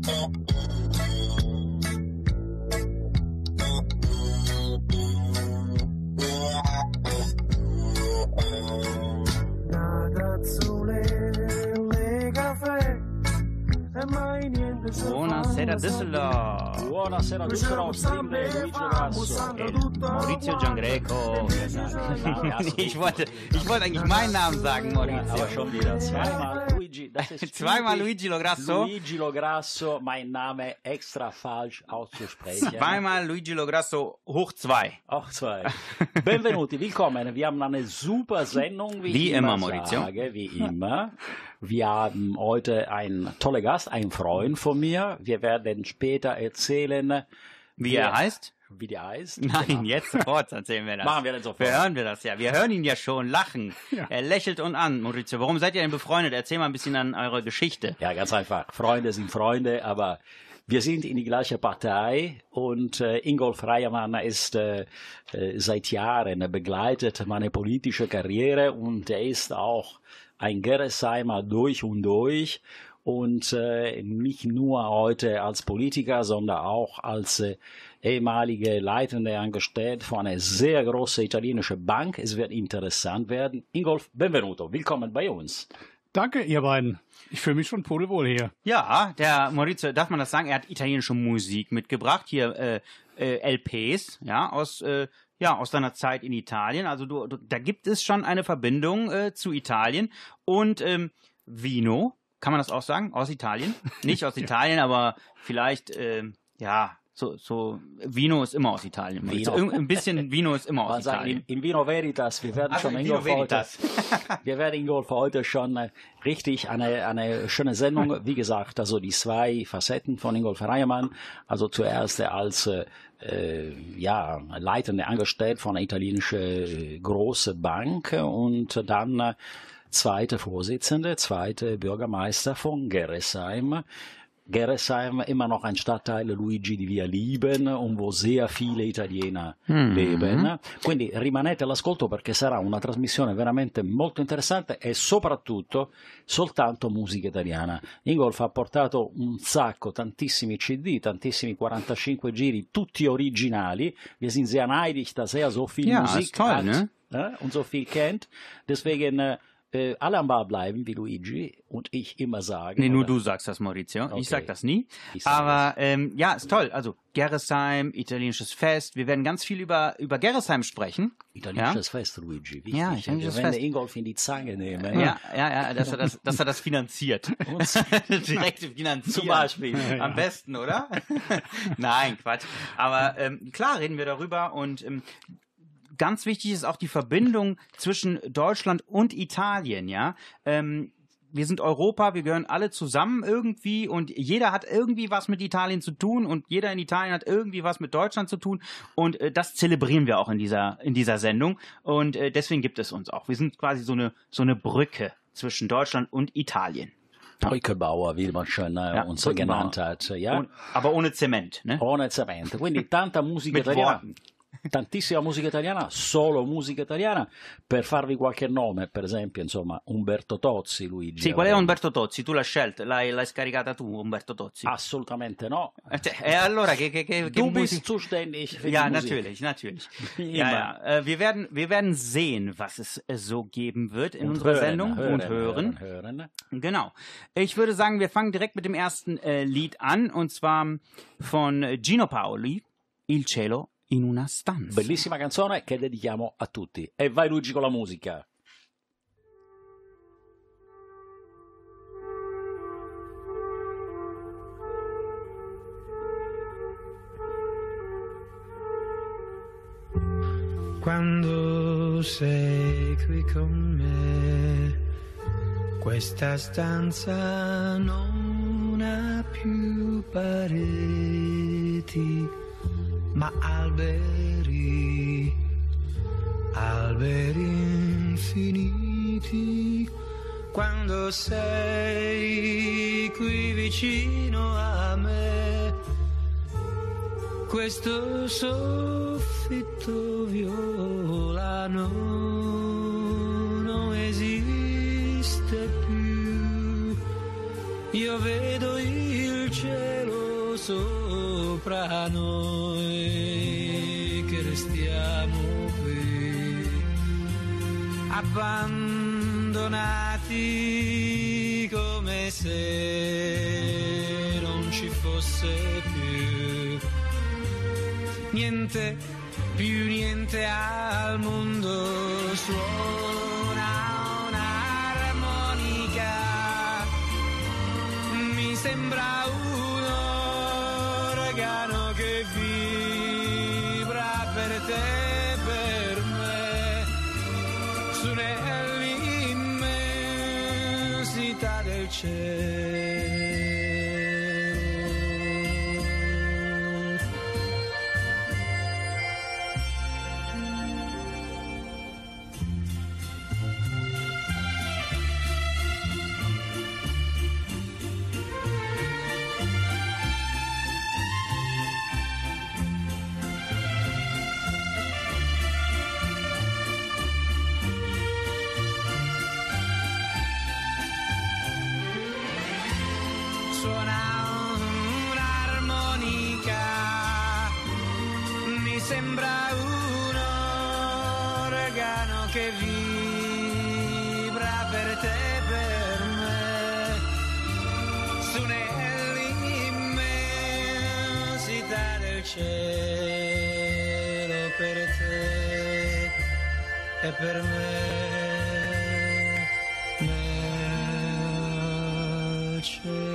Buonasera Düsseldorf. Buonasera Düsseldorf, Luigi Grasso. Maurizio Giangreco. Ich wollte eigentlich meinen Namen sagen, Maurizio. Aber schon wieder zweimal Luigi. Das ist zweimal Luigi Lograsso. Luigi Lograsso, mein Name extra falsch auszusprechen. Zweimal Luigi Lograsso hoch 2. Auch 2. Benvenuti, willkommen. Wir haben eine super Sendung, wie ich immer Maurizio. Sage, wie immer. Wir haben heute einen tollen Gast, einen Freund von mir. Wir werden später erzählen, wie er heißt. Wie der heißt? Nein, genau. Jetzt sofort erzählen wir das. Machen wir das sofort. Hören wir das ja. Wir hören ihn ja schon lachen. Ja. Er lächelt uns an, Maurizio. Warum seid ihr denn befreundet? Erzähl mal ein bisschen an eure Geschichte. Ja, ganz einfach. Freunde sind Freunde, aber wir sind in die gleiche Partei und Ingolf Reiermann ist seit Jahren begleitet meine politische Karriere und er ist auch ein Gerresheimer durch und durch und nicht nur heute als Politiker, sondern auch als ehemalige leitende Angestellte von einer sehr großen italienischen Bank. Es wird interessant werden. Ingolf, benvenuto, willkommen bei uns. Danke, ihr beiden. Ich fühle mich schon pudelwohl hier. Ja, der Maurizio, darf man das sagen? Er hat italienische Musik mitgebracht, hier LPs, ja, aus deiner Zeit in Italien. Also da gibt es schon eine Verbindung zu Italien. Und Vino, kann man das auch sagen? Aus Italien? Nicht aus Italien, aber vielleicht, so Vino ist immer aus Italien. Ein bisschen Vino ist immer aus Italien. In Vino Veritas, wir werden schon Ingolf heute schon richtig eine schöne Sendung. Wie gesagt, also die zwei Facetten von Ingolf Reiermann. Also zuerst als leitende Angestellte von einer italienischen großen Bank und dann zweite Vorsitzende, zweite Bürgermeister von Gerresheim. Gerresheim immer noch ein Stadtteil, Luigi, die wir lieben und wo sehr viele Italiener leben. Quindi rimanete all'ascolto perché sarà una trasmissione veramente molto interessante e soprattutto soltanto musica italiana. Ingolf ha portato un sacco, tantissimi CD, tantissimi 45 giri, tutti originali. Wir sind sehr neidisch, dass so viel Musik toll, hat, ne? Und so viel kennt. Deswegen alle am Ball bleiben, wie Luigi und ich immer sagen. Nee, nur du sagst das, Maurizio. Okay. Ich sag das nie. Aber ist toll. Also Gerresheim, italienisches Fest. Wir werden ganz viel über Gerresheim sprechen. Italienisches Fest, Luigi. Wichtig. Ja, italienisches Fest. Wenn der Ingolf in die Zange nehmen. Ja, dass er das finanziert. Direkt finanziert. Zum Beispiel. Am besten, oder? Nein, Quatsch. Aber klar reden wir darüber und ganz wichtig ist auch die Verbindung zwischen Deutschland und Italien, ja. Wir sind Europa, wir gehören alle zusammen irgendwie und jeder hat irgendwie was mit Italien zu tun und jeder in Italien hat irgendwie was mit Deutschland zu tun und das zelebrieren wir auch in dieser Sendung und deswegen gibt es uns auch. Wir sind quasi so eine Brücke zwischen Deutschland und Italien. Brückenbauer, wie man schon uns genannt hat. Ja? Aber ohne Zement. Ne? Ohne Zement. Quindi tanta musica italiana. Tantissima musica italiana, solo musica italiana. Per farvi qualche nome, per esempio, insomma, Umberto Tozzi, Luigi. Sì, qual è Umberto Tozzi? Tu l'hai scelta, l'hai scaricata tu, Umberto Tozzi? Assolutamente no. Allora, du bist zuständig für die Musik. Natürlich. Ja. Wir werden sehen, was es so geben wird in unserer Sendung und hören. Genau. Ich würde sagen, wir fangen direkt mit dem ersten Lied an, und zwar von Gino Paoli, Il cielo in una stanza. Bellissima canzone che dedichiamo a tutti. E vai Luigi con la musica. Quando sei qui con me, questa stanza non ha più pareti, ma alberi infiniti. Quando sei qui vicino a me, questo soffitto violano non esiste più. Io vedo il cielo sopra noi che restiamo qui, abbandonati come se non ci fosse più niente, più niente al mondo. Suona un'armonica, mi sembra un organo che vibra per te e per me, su nell'immensità del cielo. Suona un'armonica, mi sembra un organo che vibra per te e per me, su nell'immensità del cielo, per te e per me. Nel cielo.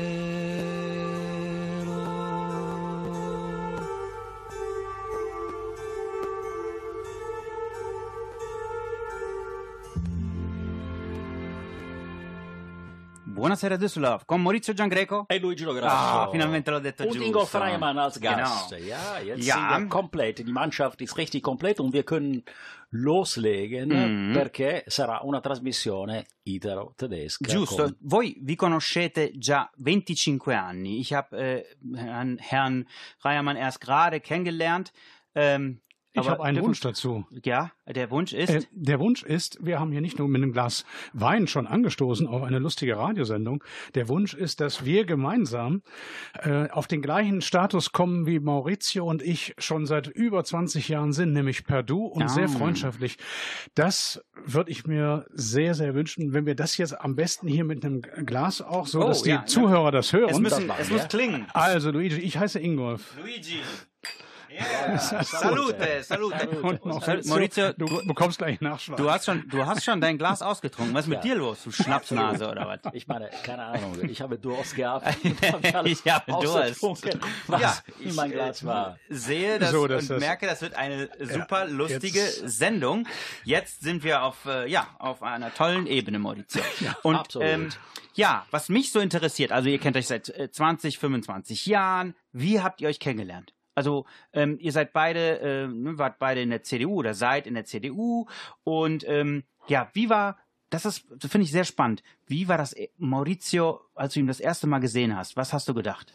Buonasera Düsseldorf con Maurizio Giangreco E Luigi Lograsso. finalmente l'ho detto Und giusto. Ingo Freimann als Gast. Genau. Ja, jetzt Ja. sind wir komplett. Die Mannschaft ist richtig komplett und wir können loslegen perché sarà una trasmissione italo-tedesca. Giusto, con- voi vi conoscete già 25 anni. Ich habe Herrn Reiermann erst gerade kennengelernt. Ich aber habe einen der Wunsch dazu. Ja, der Wunsch ist. Der Wunsch ist, wir haben hier nicht nur mit einem Glas Wein schon angestoßen auf eine lustige Radiosendung. Der Wunsch ist, dass wir gemeinsam auf den gleichen Status kommen, wie Maurizio und ich schon seit über 20 Jahren sind, nämlich per Du und sehr freundschaftlich. Das würde ich mir sehr, sehr wünschen, wenn wir das jetzt am besten hier mit einem Glas auch so, dass die Zuhörer das hören. Es muss klingen. Also Luigi, ich heiße Ingolf. Luigi. Yeah. Salute, salute. Und Maurizio, du bekommst gleich Nachschlag. du hast schon dein Glas ausgetrunken. Was ist mit dir los, du Schnapsnase oder was? Ich meine, keine Ahnung, ich habe Durst gehabt. Ich habe Durst. Was in mein Glas war. Sehe das So, und merke, das wird eine super lustige Sendung. Jetzt sind wir auf einer tollen Ebene, Maurizio. Und absolut. was mich so interessiert, also ihr kennt euch seit 20, 25 Jahren. Wie habt ihr euch kennengelernt? Also ihr seid beide, wart beide in der CDU oder seid in der CDU und wie war, das finde ich sehr spannend, wie war das, Maurizio, als du ihn das erste Mal gesehen hast? Was hast du gedacht?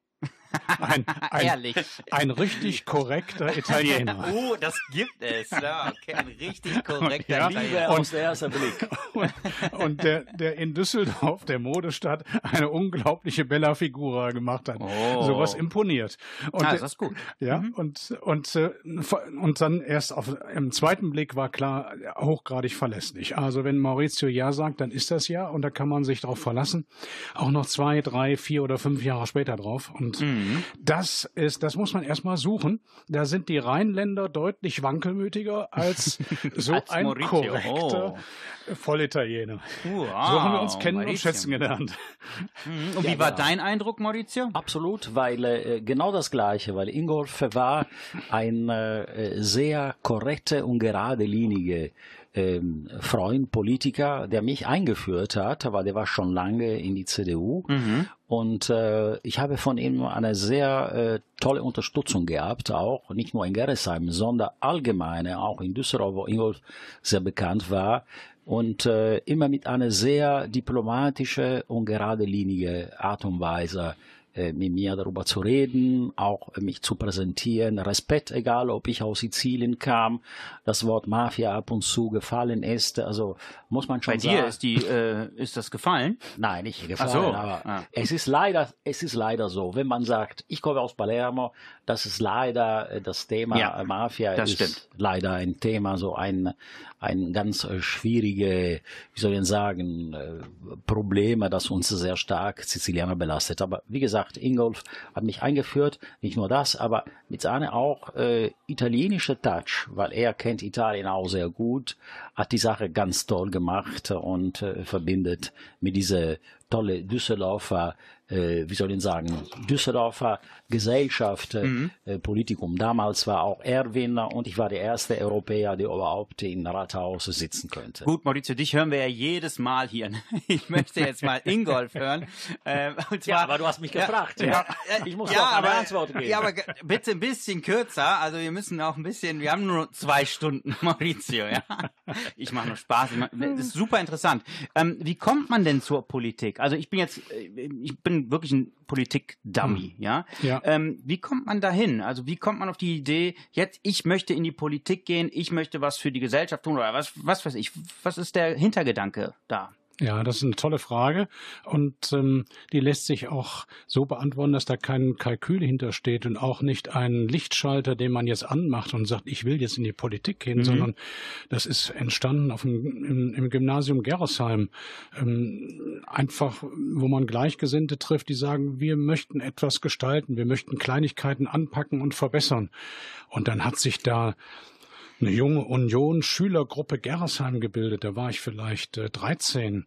Ehrlich. Ein richtig korrekter Italiener. Oh, das gibt es. Ja, okay, ein richtig korrekter Ja, Italiener. Aus der ersten Blick. Und der in Düsseldorf, der Modestadt, eine unglaubliche Bella Figura gemacht hat. Oh. Sowas imponiert. Und Das ist gut. Ja, und dann erst im zweiten Blick war klar, hochgradig verlässlich. Also wenn Maurizio ja sagt, dann ist das ja und da kann man sich drauf verlassen. Auch noch 2, 3, 4 oder 5 Jahre später drauf. Und das muss man erstmal suchen. Da sind die Rheinländer deutlich wankelmütiger als so Als ein Maurizio. korrekter Vollitaliener. Wow, So haben wir uns kennen und Maurizio. schätzen gelernt. Und wie war dein Eindruck, Maurizio? Absolut, weil genau das Gleiche, weil Ingolf war ein sehr korrekte und geradelinige Freund, Politiker, der mich eingeführt hat, weil der war schon lange in die CDU und ich habe von ihm eine sehr tolle Unterstützung gehabt, auch nicht nur in Gerresheim, sondern allgemein auch in Düsseldorf, wo Ingolf sehr bekannt war und immer mit einer sehr diplomatischen und geradelinige Art und Weise mit mir darüber zu reden, auch mich zu präsentieren, Respekt, egal ob ich aus Sizilien kam, das Wort Mafia ab und zu gefallen ist, also muss man schon Bei sagen. dir ist das gefallen? Nein, nicht gefallen, Ach so. aber es ist leider so, wenn man sagt, ich komme aus Palermo, das ist leider das Thema Mafia das ist stimmt. leider ein Thema, so ein ganz schwierige, wie soll ich sagen, Probleme, das uns sehr stark Sizilianer belastet. Aber wie gesagt, Ingolf hat mich eingeführt, nicht nur das, aber mit seiner auch italienische Touch, weil er kennt Italien auch sehr gut, hat die Sache ganz toll gemacht und verbindet mit dieser tolle Düsseldorfer, wie soll ich sagen, Düsseldorfer Gesellschaft, Politikum. Damals war auch Erwin und ich war der erste Europäer, der überhaupt im Rathaus sitzen könnte. Gut, Maurizio, dich hören wir ja jedes Mal hier. Ich möchte jetzt mal Ingolf hören. Und zwar, Ja, aber du hast mich gefragt. Ja, Ich muss doch eine Antwort geben. Ja, aber bitte ein bisschen kürzer. Also wir müssen auch ein bisschen, wir haben nur 2 Stunden, Maurizio. Ja? Ich mache nur Spaß. Das ist super interessant. Wie kommt man denn zur Politik? Also ich bin wirklich ein Politik-Dummy. Ja? Ja. Wie kommt man dahin? Also wie kommt man auf die Idee, jetzt ich möchte in die Politik gehen, ich möchte was für die Gesellschaft tun oder was weiß ich? Was ist der Hintergedanke da? Ja, das ist eine tolle Frage und die lässt sich auch so beantworten, dass da kein Kalkül hintersteht und auch nicht ein Lichtschalter, den man jetzt anmacht und sagt, ich will jetzt in die Politik gehen, sondern das ist entstanden im Gymnasium Gerresheim. Einfach, wo man Gleichgesinnte trifft, die sagen, wir möchten etwas gestalten, wir möchten Kleinigkeiten anpacken und verbessern. Und dann hat sich da eine junge Union-Schülergruppe Gerresheim gebildet. Da war ich vielleicht 13.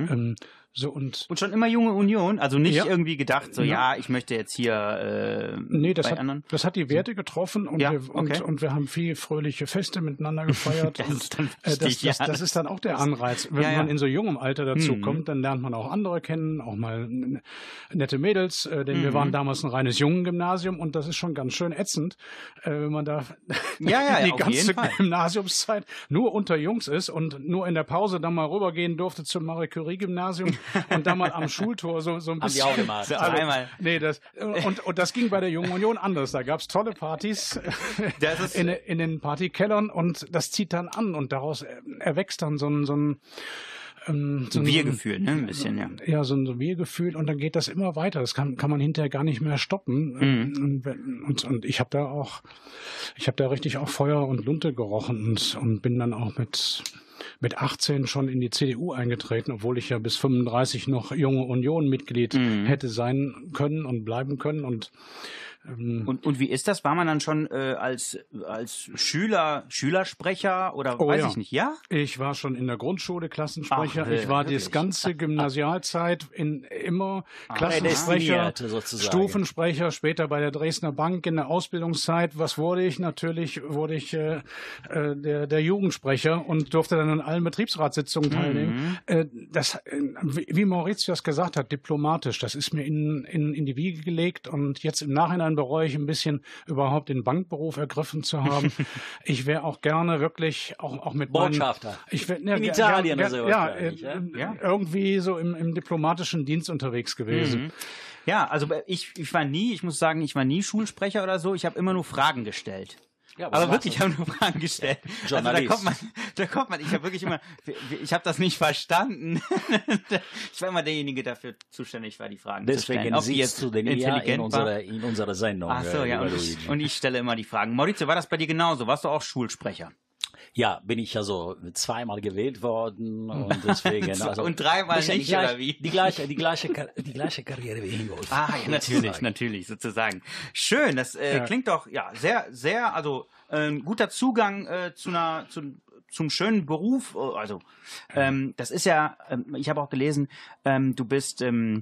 Und schon immer junge Union, also nicht Ja. irgendwie gedacht, so ich möchte jetzt hier nee, bei anderen. das hat die Werte getroffen und, Ja, wir, und wir haben viel fröhliche Feste miteinander gefeiert. Das und ist dann wichtig, das ist dann auch der Anreiz. Wenn Ja. man in so jungem Alter dazu kommt, dann lernt man auch andere kennen, auch mal nette Mädels, denn wir waren damals ein reines Jungengymnasium und das ist schon ganz schön ätzend, wenn man da Ja, die auf ganze jeden Fall. Gymnasiumszeit nur unter Jungs ist und nur in der Pause dann mal rübergehen durfte zum Marie Curie Gymnasium und dann mal am Schultor so ein Haben die bisschen. auch gemacht. So einmal. Nee, und das ging bei der Jungen Union anders. Da gab's tolle Partys Das ist- in den Partykellern und das zieht dann an und daraus erwächst dann so ein Wir-Gefühl, ne? Ein bisschen, ja. Ja, so ein Wir-Gefühl und dann geht das immer weiter. Das kann man hinterher gar nicht mehr stoppen. Und ich habe da richtig auch Feuer und Lunte gerochen und bin dann auch mit 18 schon in die CDU eingetreten, obwohl ich ja bis 35 noch junge Union-Mitglied hätte sein können und bleiben können und Und wie ist das? War man dann schon als Schülersprecher oder Oh, weiß ja. ich nicht? Ja? Ich war schon in der Grundschule Klassensprecher. Ach, Ich war wirklich? das ganze Gymnasialzeit immer Prädestiniert, Klassensprecher, sozusagen. Stufensprecher, später bei der Dresdner Bank in der Ausbildungszeit. Was wurde ich? Natürlich wurde ich der Jugendsprecher und durfte dann an allen Betriebsratssitzungen teilnehmen. Wie Maurizio das gesagt hat, diplomatisch, das ist mir in die Wiege gelegt und jetzt im Nachhinein bereue ich ein bisschen, überhaupt den Bankberuf ergriffen zu haben. Ich wäre auch gerne wirklich auch mit Botschafter. in Italien oder so ja, wahrscheinlich, ja? irgendwie so im diplomatischen Dienst unterwegs gewesen. Ja, also ich muss sagen, ich war nie Schulsprecher oder so. Ich habe immer nur Fragen gestellt. Ja, Aber wirklich, ich habe nur Fragen gestellt. Also Journalist. da kommt man, ich habe wirklich immer, ich habe das nicht verstanden. Ich war immer derjenige, der dafür zuständig war, die Fragen zu stellen. Deswegen Ob die siehst du den ja intelligent war. in unserer Sendung. Ach so, ja, lieber und Luigi. ich stelle immer die Fragen. Maurizio, war das bei dir genauso? Warst du auch Schulsprecher? Ja, bin ich ja so zweimal gewählt worden und deswegen. Also, Und dreimal ist ja nicht, oder wie? Die gleiche Karriere wie Ingolf. Ah, ja, natürlich, sozusagen. Schön, das klingt doch, ja, sehr, sehr, also guter Zugang zum schönen Beruf. Also, das ist ja, ich habe auch gelesen, du bist,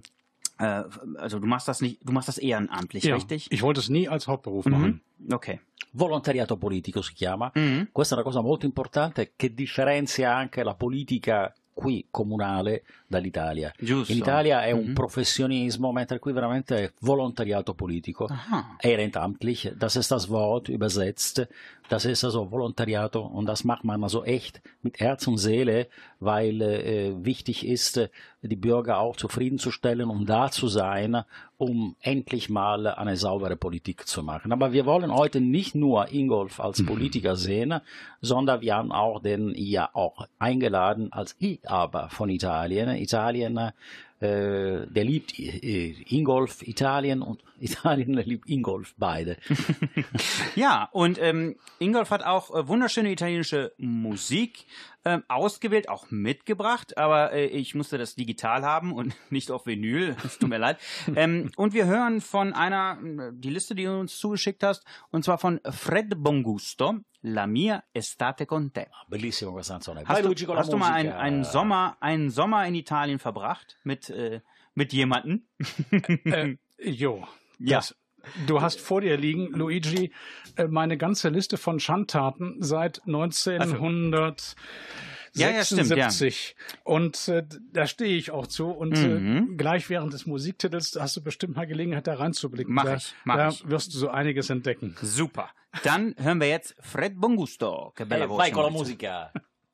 also du machst das ehrenamtlich, Ja, richtig? ich wollte es nie als Hauptberuf machen. Okay. Volontariato politico si chiama. Questa è una cosa molto importante che differenzia anche la politica qui comunale dall'Italia. Giusto. In Italia è un professionismo, mentre qui veramente è volontariato politico. Aha. Ehrenamtlich, das ist das Wort übersetzt. Das ist also Volontariato und das macht man also echt mit Herz und Seele, weil wichtig ist, die Bürger auch zufriedenzustellen, um da zu sein, um endlich mal eine saubere Politik zu machen. Aber wir wollen heute nicht nur Ingolf als Politiker sehen, sondern wir haben auch den ja auch eingeladen als Ich-Aber von Italien. Italien, der liebt Ingolf, Italien, und Italien liebt Ingolf, beide. Ja, und Ingolf hat auch wunderschöne italienische Musik ausgewählt, auch mitgebracht, aber ich musste das digital haben und nicht auf Vinyl, es tut mir leid. Und wir hören von die Liste, die du uns zugeschickt hast, und zwar von Fred Bongusto, La mia estate con te. Bellissima questa canzone. Hast du mal einen Sommer in Italien verbracht mit jemandem? Jo. Ja. Du hast vor dir liegen, Luigi, meine ganze Liste von Schandtaten seit 1976. Ja, stimmt, ja. Und da stehe ich auch zu. Und gleich während des Musiktitels hast du bestimmt mal Gelegenheit, da reinzublicken. Mach Da ich. wirst du so einiges entdecken. Super. Dann hören wir jetzt Fred Bongusto. Che bella voce. Vai con la Maurizio. musica.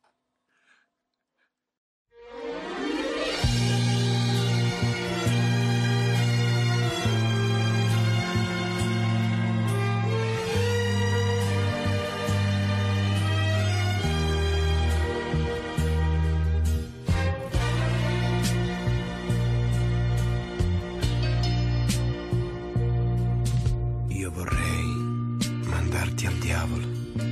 Io vorrei mandarti al diavolo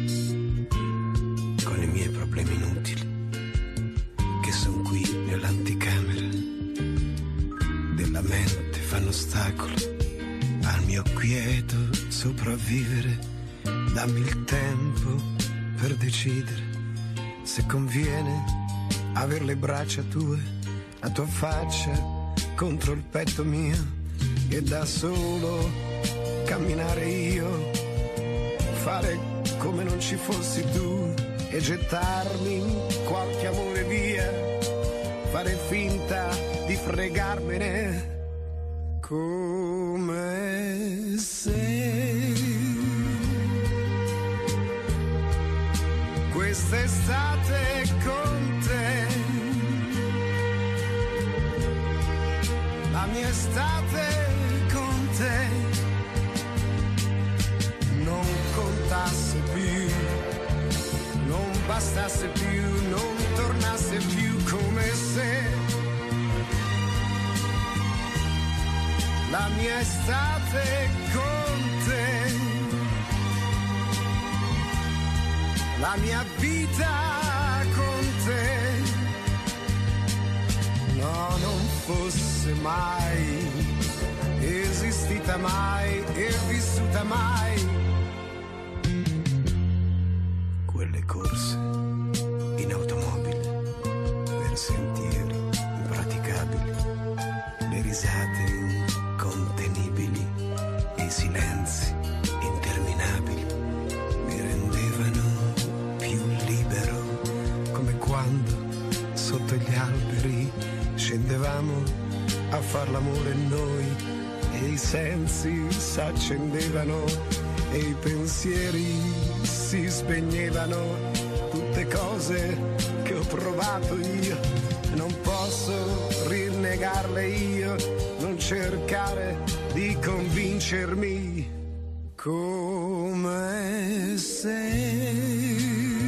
con i miei problemi inutili, che sono qui nell'anticamera della mente, fanno ostacolo al mio quieto sopravvivere. Dammi il tempo per decidere se conviene aver le braccia tue, la tua faccia contro il petto mio, e da solo camminare io, fare come non ci fossi tu e gettarmi in qualche amore via, fare finta di fregarmene come se quest'estate con te, la mia estate con te, non contasse più, non bastasse più, non tornasse più, come se la mia estate con te, la mia vita con te, no, non fosse mai esistita mai e vissuta mai. Quelle corse in automobile per sentieri impraticabili, le risate incontenibili e i silenzi interminabili mi rendevano più libero, come quando sotto gli alberi scendevamo a far l'amore noi, e i sensi s'accendevano e i pensieri si spegnevano, tutte cose che ho provato io, non posso rinnegarle io, non cercare di convincermi, come se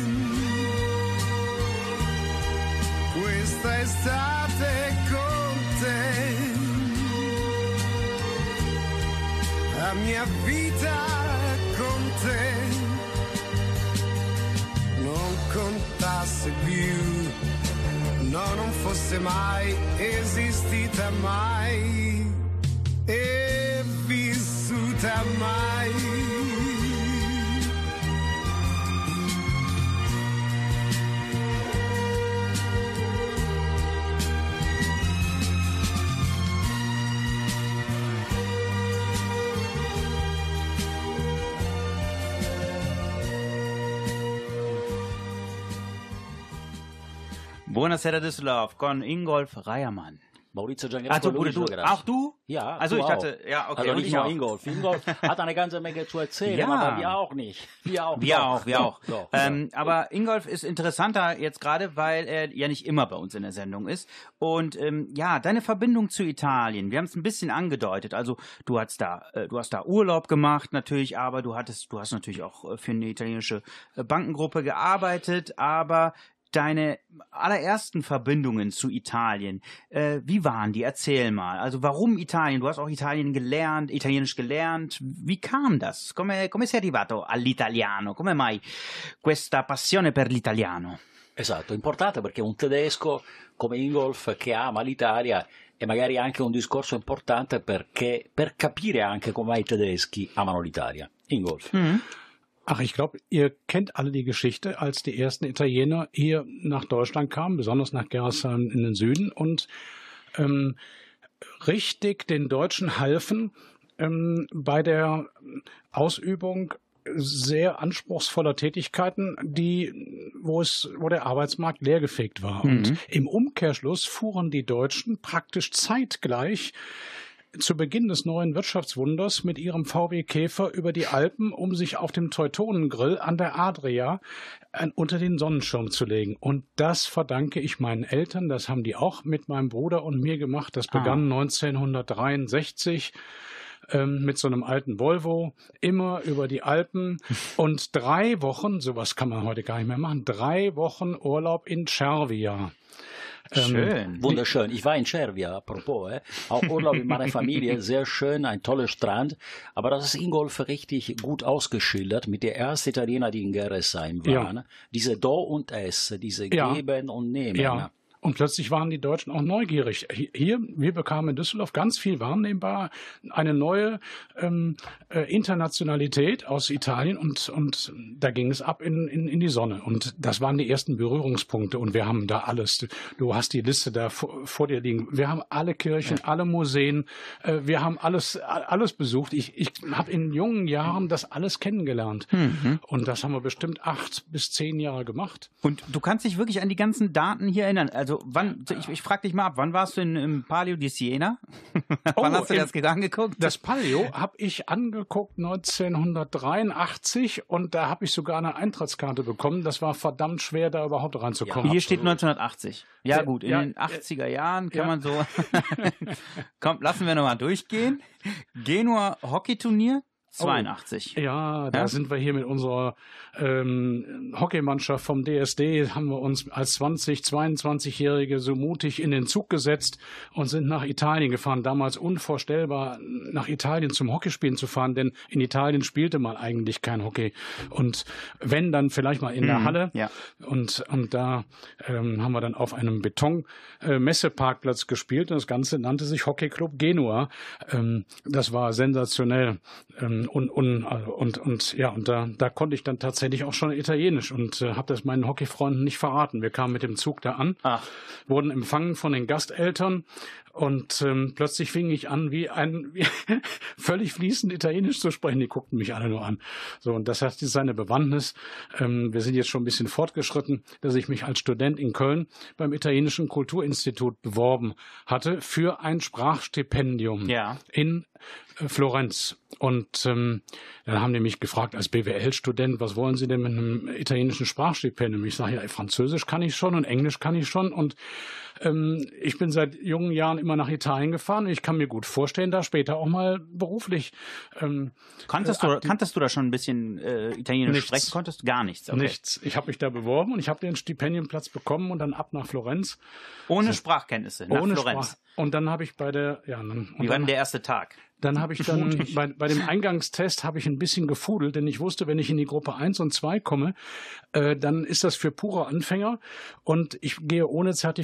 questa estate con te, la mia vita con te, non contasse più, no, non fosse mai esistita mai e vissuta mai. Buonasera Düsseldorf con Ingolf Reiermann. Maurizio Giangresso. Auch du? Ja, also du ich auch. dachte, ja, okay. Also und nicht ich nur auch. Ingolf. Ingolf hat eine ganze Menge zu erzählen, Ja. aber wir auch nicht. Wir auch. Doch. Aber Ingolf ist interessanter jetzt gerade, weil er ja nicht immer bei uns in der Sendung ist. Und deine Verbindung zu Italien, wir haben es ein bisschen angedeutet. Also du hast da Urlaub gemacht natürlich, aber du hast natürlich auch für eine italienische Bankengruppe gearbeitet, aber deine allerersten Verbindungen zu Italien, wie waren die? Erzähl mal. Also warum Italien? Du hast auch Italienisch gelernt. Wie kam das? Come sei arrivato all'italiano? Come mai questa passione per l'italiano? Esatto, importante perché un tedesco come Ingolf che ama l'Italia è magari anche un discorso importante perché per capire anche come mai i tedeschi amano l'Italia. Ingolf. Ach, ich glaube, ihr kennt alle die Geschichte, als die ersten Italiener hier nach Deutschland kamen, besonders nach Gerresheim in den Süden und richtig den Deutschen halfen bei der Ausübung sehr anspruchsvoller Tätigkeiten, wo der Arbeitsmarkt leergefegt war. Und im Umkehrschluss fuhren die Deutschen praktisch zeitgleich zu Beginn des neuen Wirtschaftswunders mit ihrem VW Käfer über die Alpen, um sich auf dem Teutonengrill an der Adria unter den Sonnenschirm zu legen. Und das verdanke ich meinen Eltern. Das haben die auch mit meinem Bruder und mir gemacht. Das begann 1963 mit so einem alten Volvo, immer über die Alpen und 3 Wochen, sowas kann man heute gar nicht mehr machen, 3 Wochen Urlaub in Cervia. Schön. Wunderschön. Ich war in Cervia, apropos. Auch Urlaub mit meiner Familie, sehr schön, ein toller Strand. Aber das ist Ingolf richtig gut ausgeschildert mit der ersten Italiener, die in Gerresheim waren. Ja. Diese Do und Es, diese Geben und Nehmen. Ja. Und plötzlich waren die Deutschen auch neugierig. Wir bekamen in Düsseldorf ganz viel wahrnehmbar eine neue Internationalität aus Italien und da ging es ab in die Sonne. Und das waren die ersten Berührungspunkte und wir haben da alles. Du hast die Liste da vor dir liegen. Wir haben alle Kirchen, alle Museen, wir haben alles besucht. Ich habe in jungen Jahren das alles kennengelernt. Und das haben wir bestimmt 8 bis 10 Jahre gemacht. Und du kannst dich wirklich an die ganzen Daten hier erinnern. Also ich frage dich mal ab, wann warst du im Palio di Siena? Wann hast du das angeguckt? Das Palio habe ich angeguckt 1983 und da habe ich sogar eine Eintrittskarte bekommen. Das war verdammt schwer, da überhaupt reinzukommen. Hier steht 1980. Ja gut, in den 80er Jahren kann man so... Komm, lassen wir nochmal durchgehen. Genua Hockeyturnier. 82. Ja, da sind wir hier mit unserer Hockeymannschaft vom DSD, haben wir uns als 22-Jährige so mutig in den Zug gesetzt und sind nach Italien gefahren. Damals unvorstellbar, nach Italien zum Hockeyspielen zu fahren, denn in Italien spielte man eigentlich kein Hockey. Und wenn, dann vielleicht mal in der Halle. Ja. Und da haben wir dann auf einem Beton-Messeparkplatz gespielt und das Ganze nannte sich Hockeyclub Genua. Das war sensationell. Und da konnte ich dann tatsächlich auch schon Italienisch und habe das meinen Hockeyfreunden nicht verraten. Wir kamen mit dem Zug da an, wurden empfangen von den Gasteltern und plötzlich fing ich an, wie völlig fließend Italienisch zu sprechen. Die guckten mich alle nur an. So, und das hat seine Bewandtnis. Wir sind jetzt schon ein bisschen fortgeschritten, dass ich mich als Student in Köln beim Italienischen Kulturinstitut beworben hatte für ein Sprachstipendium in Florenz. Und dann haben die mich gefragt, als BWL-Student, was wollen Sie denn mit einem italienischen Sprachstipendium? Ich sage, ja, Französisch kann ich schon und Englisch kann ich schon. Und ich bin seit jungen Jahren immer nach Italien gefahren. Und ich kann mir gut vorstellen, da später auch mal beruflich. Kanntest du da schon ein bisschen Italienisch sprechen? Konntest du gar nichts? Okay. Nichts. Ich habe mich da beworben und ich habe den Stipendienplatz bekommen und dann ab nach Florenz. Ohne Sprachkenntnisse, nach Florenz. Und dann habe ich Wie war denn der erste Tag? Dann habe ich bei dem Eingangstest habe ich ein bisschen gefudelt, denn ich wusste, wenn ich in die Gruppe 1 und 2 komme, dann ist das für pure Anfänger und ich gehe ohne Zertifikat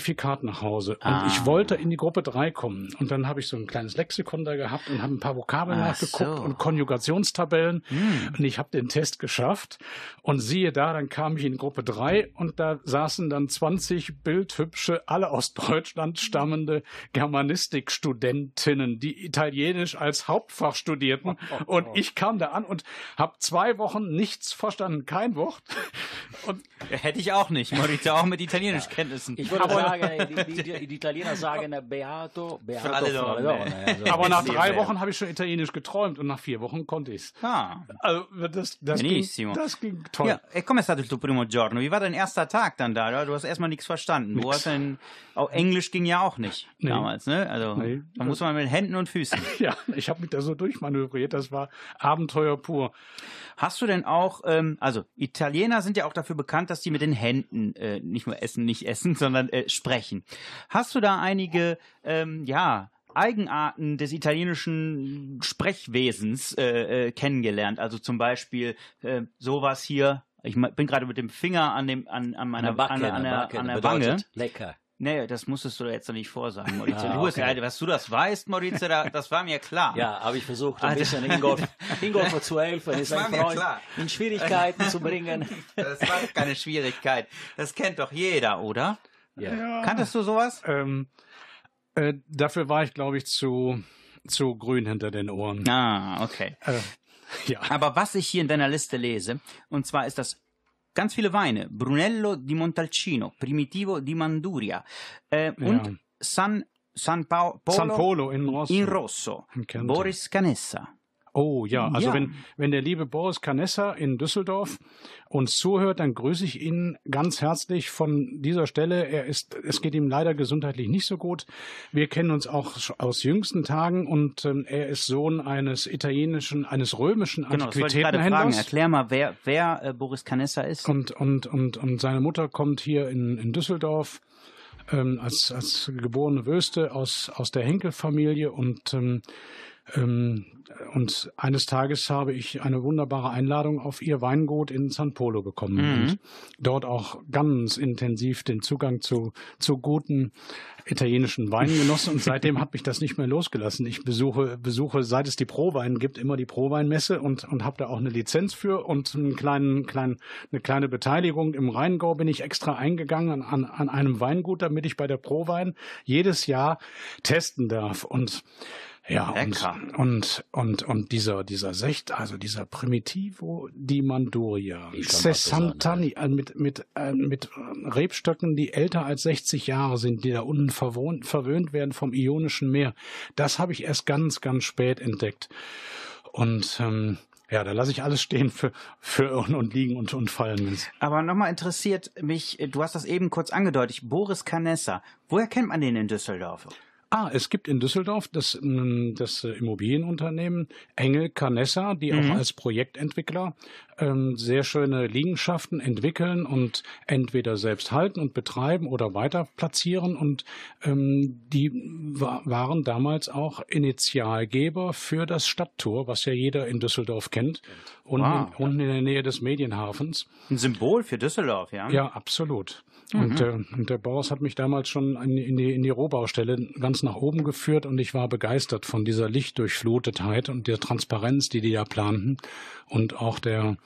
nach Hause. Und ich wollte in die Gruppe 3 kommen. Und dann habe ich so ein kleines Lexikon da gehabt und habe ein paar Vokabeln nachgeguckt und Konjugationstabellen. Und ich habe den Test geschafft. Und siehe da, dann kam ich in Gruppe 3 und da saßen dann 20 bildhübsche, alle aus Deutschland stammende Germanistikstudentinnen, die Italienisch als Hauptfach studierten. Und ich kam da an und habe 2 Wochen nichts verstanden, kein Wort. Und hätte ich auch nicht, Maurizio, auch mit Italienischkenntnissen. Ich würde sagen, die Italiener sagen Beato für alle Donne. Also, aber nach 3 Wochen habe ich schon Italienisch geträumt und nach 4 Wochen konnte ich es. Also das ging toll. Ja, e come è stato il tuo primo giorno? Wie war dein erster Tag dann da? Du hast erstmal nichts verstanden. Du hast auch Englisch ging ja auch nicht damals, ne? Also da muss man mit Händen und Füßen. Ja, ich habe mich da so durchmanövriert, das war Abenteuer pur. Hast du denn auch, also Italiener sind ja auch dafür bekannt, dass die mit den Händen nicht nur nicht essen, sondern sprechen. Hast du da einige, Eigenarten des italienischen Sprechwesens kennengelernt? Also zum Beispiel sowas hier, ich bin gerade mit dem Finger an der Wange. Lecker. Nee, das musstest du jetzt noch nicht vorsagen, Maurizio. Was du das weißt, Maurizio, das war mir klar. Ja, aber ich versucht ein bisschen Ingolf zu helfen, ist ein Freund in Schwierigkeiten zu bringen. Das war keine Schwierigkeit. Das kennt doch jeder, oder? Ja. Kanntest du sowas? Dafür war ich, glaube ich, zu grün hinter den Ohren. Ah, okay. Ja. Aber was ich hier in deiner Liste lese, und zwar ist das ganz viele Weine. Brunello di Montalcino, Primitivo di Manduria und San Polo in Rosso. Boris Canessa. Oh ja, also wenn der liebe Boris Canessa in Düsseldorf uns zuhört, dann grüße ich ihn ganz herzlich von dieser Stelle. Es geht ihm leider gesundheitlich nicht so gut. Wir kennen uns auch aus jüngsten Tagen und er ist Sohn eines römischen Antiquitätenhändlers. Erklär mal, wer Boris Canessa ist. Und seine Mutter kommt hier in Düsseldorf als geborene Wöste aus der Henkel-Familie und eines Tages habe ich eine wunderbare Einladung auf ihr Weingut in San Polo bekommen und dort auch ganz intensiv den Zugang zu guten italienischen Weinen genossen und seitdem hat mich das nicht mehr losgelassen. Ich besuche, seit es die Prowein gibt, immer die Proweinmesse und habe da auch eine Lizenz für und eine kleine Beteiligung. Im Rheingau bin ich extra eingegangen an einem Weingut, damit ich bei der Prowein jedes Jahr testen darf und ja, und dieser Sekt, also dieser Primitivo di Manduria, 60 anni, mit Rebstöcken, die älter als 60 Jahre sind, die da unten verwöhnt werden vom Ionischen Meer. Das habe ich erst ganz, ganz spät entdeckt. Und da lasse ich alles stehen für und liegen und fallen. Aber nochmal interessiert mich, du hast das eben kurz angedeutet, Boris Canessa. Woher kennt man den in Düsseldorf? Es gibt in Düsseldorf das Immobilienunternehmen Engel Canessa, die auch als Projektentwickler sehr schöne Liegenschaften entwickeln und entweder selbst halten und betreiben oder weiter platzieren. Und die waren damals auch Initialgeber für das Stadttor, was ja jeder in Düsseldorf kennt, unten in der Nähe des Medienhafens. Ein Symbol für Düsseldorf, ja? Ja, absolut. Und der Boris hat mich damals schon in die Rohbaustelle ganz nach oben geführt und ich war begeistert von dieser Lichtdurchflutetheit und der Transparenz, die da planten und auch der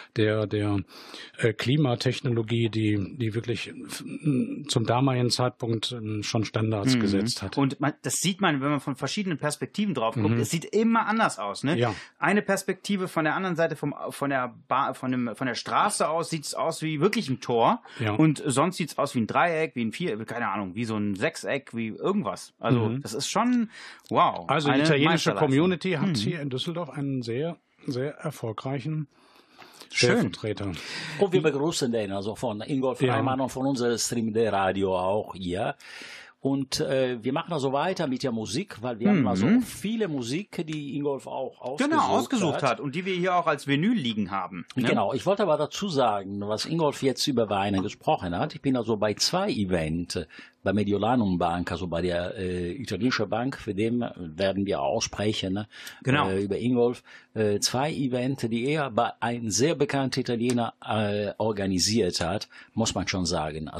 Klimatechnologie, die wirklich zum damaligen Zeitpunkt schon Standards gesetzt hat. Und das sieht man, wenn man von verschiedenen Perspektiven drauf guckt. Es sieht immer anders aus, ne? Ja. Eine Perspektive von der anderen Seite von der Straße aus sieht es aus wie wirklich ein Tor. Ja. Und sonst sieht es aus wie ein Dreieck, wie ein Viereck, keine Ahnung, wie so ein Sechseck, wie irgendwas. Also das ist schon wow. Also die italienische Community hat hier in Düsseldorf einen sehr, sehr erfolgreichen Stellvertreter. Und wir begrüßen den, also von Ingolf Reimann und von unserem Stream der Radio auch hier. Und wir machen also weiter mit der Musik, weil wir haben also viele Musik, die Ingolf auch ausgesucht hat und die wir hier auch als Vinyl liegen haben. Ne? Genau, ich wollte aber dazu sagen, was Ingolf jetzt über Weine gesprochen hat. Ich bin also bei 2 Events, bei Mediolanum Bank, also bei der italienischen Bank, für den werden wir aussprechen, über Ingolf. 2 Events, die er bei einem sehr bekannten Italiener organisiert hat, muss man schon sagen. Also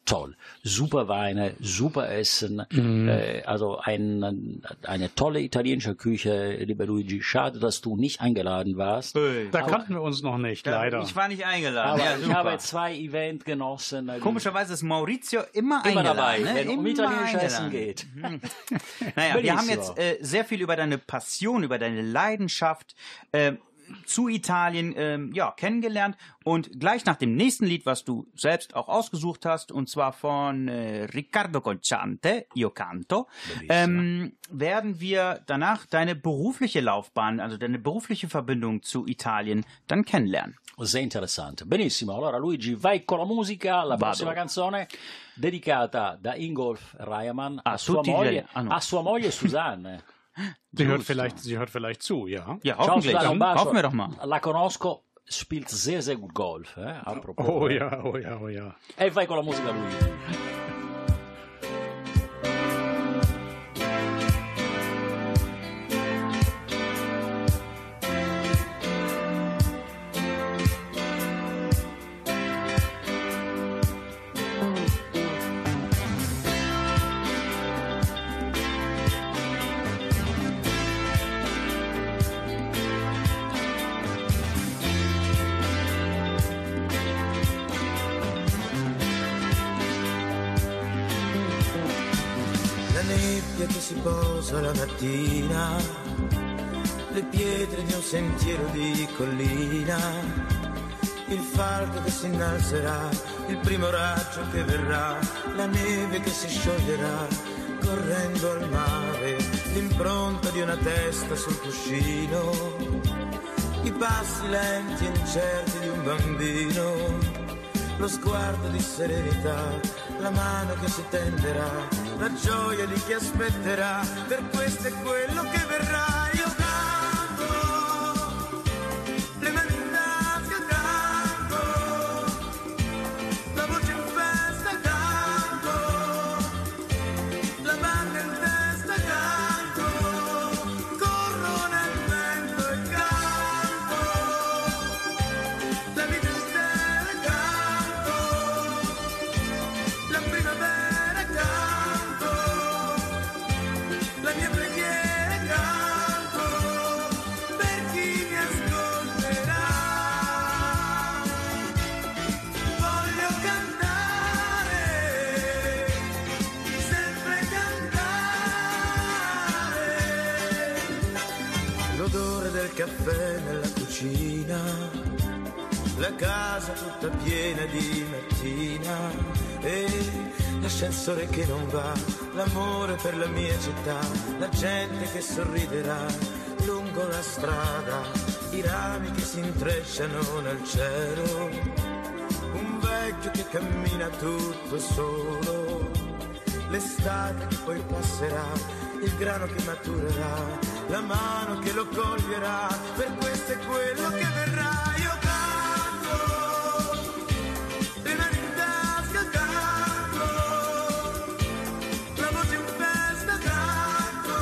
toll. Super Weine, super Essen, also eine tolle italienische Küche, lieber Luigi. Schade, dass du nicht eingeladen warst. Da kannten wir uns noch nicht, leider. Ich war nicht eingeladen. Aber Ja, ich super. habe 2 Eventgenossen. Komischerweise ist Maurizio immer immer eingeladen. dabei, Ne? wenn es um Immer italienisches Essen eingeladen. geht. Naja, wir haben Benissimo. jetzt sehr viel über deine Passion, über deine Leidenschaft zu Italien kennengelernt. Und gleich nach dem nächsten Lied, was du selbst auch ausgesucht hast, und zwar von Riccardo Cocciante, Io Canto, werden wir danach deine berufliche Laufbahn, also deine berufliche Verbindung zu Italien dann kennenlernen. Sehr interessante. Benissimo, allora Luigi vai con la musica, la prossima canzone dedicata da Ingolf Reimann a sua tutti moglie, no. a sua moglie Susanne. Sie hört vielleicht zu, ja. Ja, Ciao hoffentlich. Susanne, un bacio. Hoffen wir doch mal. La conosco, spielt sehr, sehr gut Golf. Apropos. Oh ja, oh ja, oh ja. E vai con la musica Luigi. La nebbia che si posa la mattina, le pietre di un sentiero di collina, il falco che si innalzerà, il primo raggio che verrà, la neve che si scioglierà correndo al mare, l'impronta di una testa sul cuscino, i passi lenti e incerti di un bambino, lo sguardo di serenità, la mano che si tenderà, la gioia di chi aspetterà, per questo è quello che verrà. Io canto, le mani in tasca canto, la voce in festa canto, la banda in testa canto, corro nel vento e canto, la vita intera canto, la primavera canto, la mia preghiera canto, per chi mi ascolterà. Voglio cantare, sempre cantare. L'odore del caffè nella cucina, la casa tutta piena di mattina e l'ascensore che non va, l'amore per la mia città, la gente che sorriderà lungo la strada, i rami che si intrecciano nel cielo, un vecchio che cammina tutto solo, l'estate che poi passerà, il grano che maturerà, la mano che lo coglierà, per questo è quello che verrà. Io canto, le mani in tasca canto, la voce in festa canto,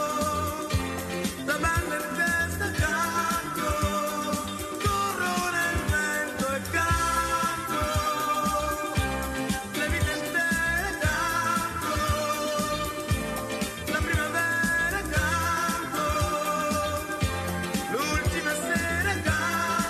la banda in testa canto, corro nel vento e canto, la vita intera canto, la primavera canto, l'ultima sera canto.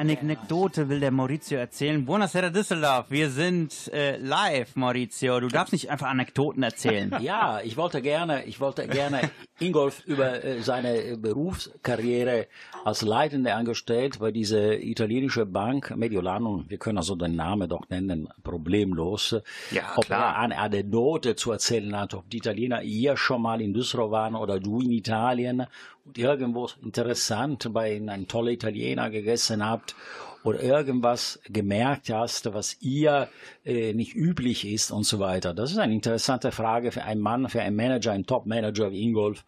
Anekdote will der Maurizio erzählen. Buonasera Düsseldorf, wir sind live, Maurizio. Du darfst nicht einfach Anekdoten erzählen. Ja, ich wollte gerne Ingolf über seine Berufskarriere als leitender Angestellter bei dieser italienischen Bank Mediolanum, wir können also den Namen doch nennen, problemlos. Ja, ob klar. er eine Anekdote zu erzählen hat, ob die Italiener hier schon mal in Düsseldorf waren oder du in Italien und irgendwo interessant bei einem tollen Italiener gegessen habt oder irgendwas gemerkt hast, was ihr nicht üblich ist und so weiter. Das ist eine interessante Frage für einen Mann, für einen Manager, einen Top-Manager wie Ingolf.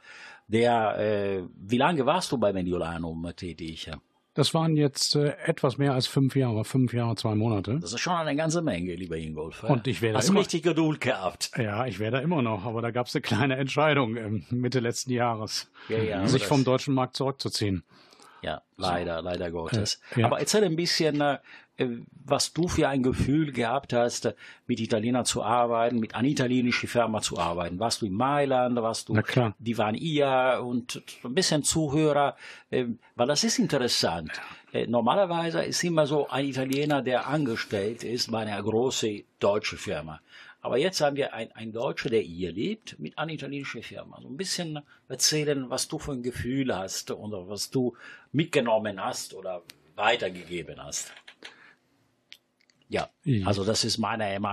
Wie lange warst du bei Mediolanum tätig? Das waren jetzt etwas mehr als 5 Jahre, 5 Jahre, 2 Monate. Das ist schon eine ganze Menge, lieber Ingolf. Und ich werde Hast du immer, richtig Geduld gehabt? ja, ich wäre da immer noch, aber da gab es eine kleine Entscheidung Mitte letzten Jahres, Ja, sich das- vom deutschen Markt zurückzuziehen. Ja, leider Gottes. Ja. Aber erzähl ein bisschen, was du für ein Gefühl gehabt hast, mit Italienern zu arbeiten, mit einer italienischen Firma zu arbeiten. Warst du in Mailand, Na klar. die waren hier und ein bisschen Zuhörer, weil das ist interessant. Normalerweise ist immer so ein Italiener, der angestellt ist bei einer großen deutschen Firma. Aber jetzt haben wir einen Deutscher, der hier lebt, mit einer italienischen Firma. So ein bisschen erzählen, was du für ein Gefühl hast oder was du mitgenommen hast oder weitergegeben hast. Ja, also das ist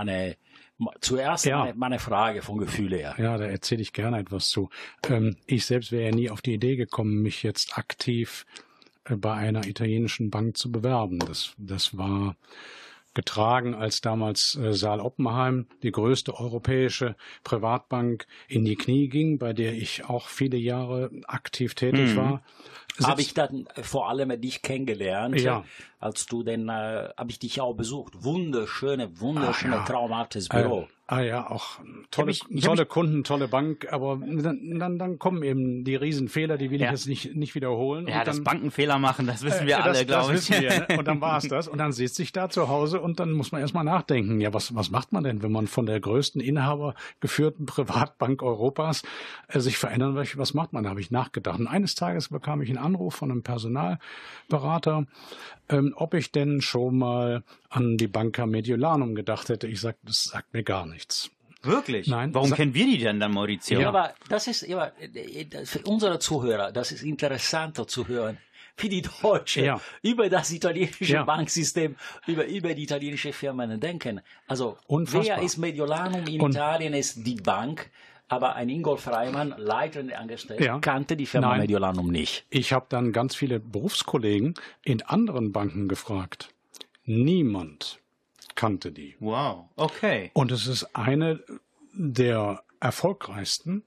zuerst Ja. meine Frage vom Gefühl her. Ja, da erzähle ich gerne etwas zu. Ich selbst wäre ja nie auf die Idee gekommen, mich jetzt aktiv bei einer italienischen Bank zu bewerben. Das war getragen, als damals Saal Oppenheim, die größte europäische Privatbank, in die Knie ging, bei der ich auch viele Jahre aktiv tätig war. Habe ich dann vor allem dich kennengelernt, Ja. als du denn, habe ich dich auch besucht. Wunderschöne, ja. traumhaftes Büro. Ja, auch tolle Kunden, tolle Bank, aber dann kommen eben die Riesenfehler, die will ich jetzt nicht wiederholen. Ja, und dass dann, Banken Fehler machen, das wissen wir alle, das glaube ich. wissen wir, ne? Und dann war es das. Und dann sitze ich da zu Hause und dann muss man erstmal nachdenken, ja, was macht man denn, wenn man von der größten inhabergeführten Privatbank Europas sich verändern möchte? Was macht man? Da habe ich nachgedacht. Und eines Tages bekam ich einen Anruf von einem Personalberater, ob ich denn schon mal an die Banca Mediolanum gedacht hätte. Ich sage, das sagt mir gar nichts. Wirklich? Nein. Warum kennen wir die denn dann, Maurizio? Ja, aber das ist für unsere Zuhörer, das ist interessanter zu hören. Für die Deutschen über das italienische Banksystem, über die italienische Firmen denken. Also, Unfassbar. wer ist Mediolanum in Italien, ist die Bank, aber ein Ingolf Reimann, leitender Angestellter, kannte die Firma Mediolanum nicht. Ich habe dann ganz viele Berufskollegen in anderen Banken gefragt. Niemand kannte die. Wow, okay. Und es ist eine der erfolgreichsten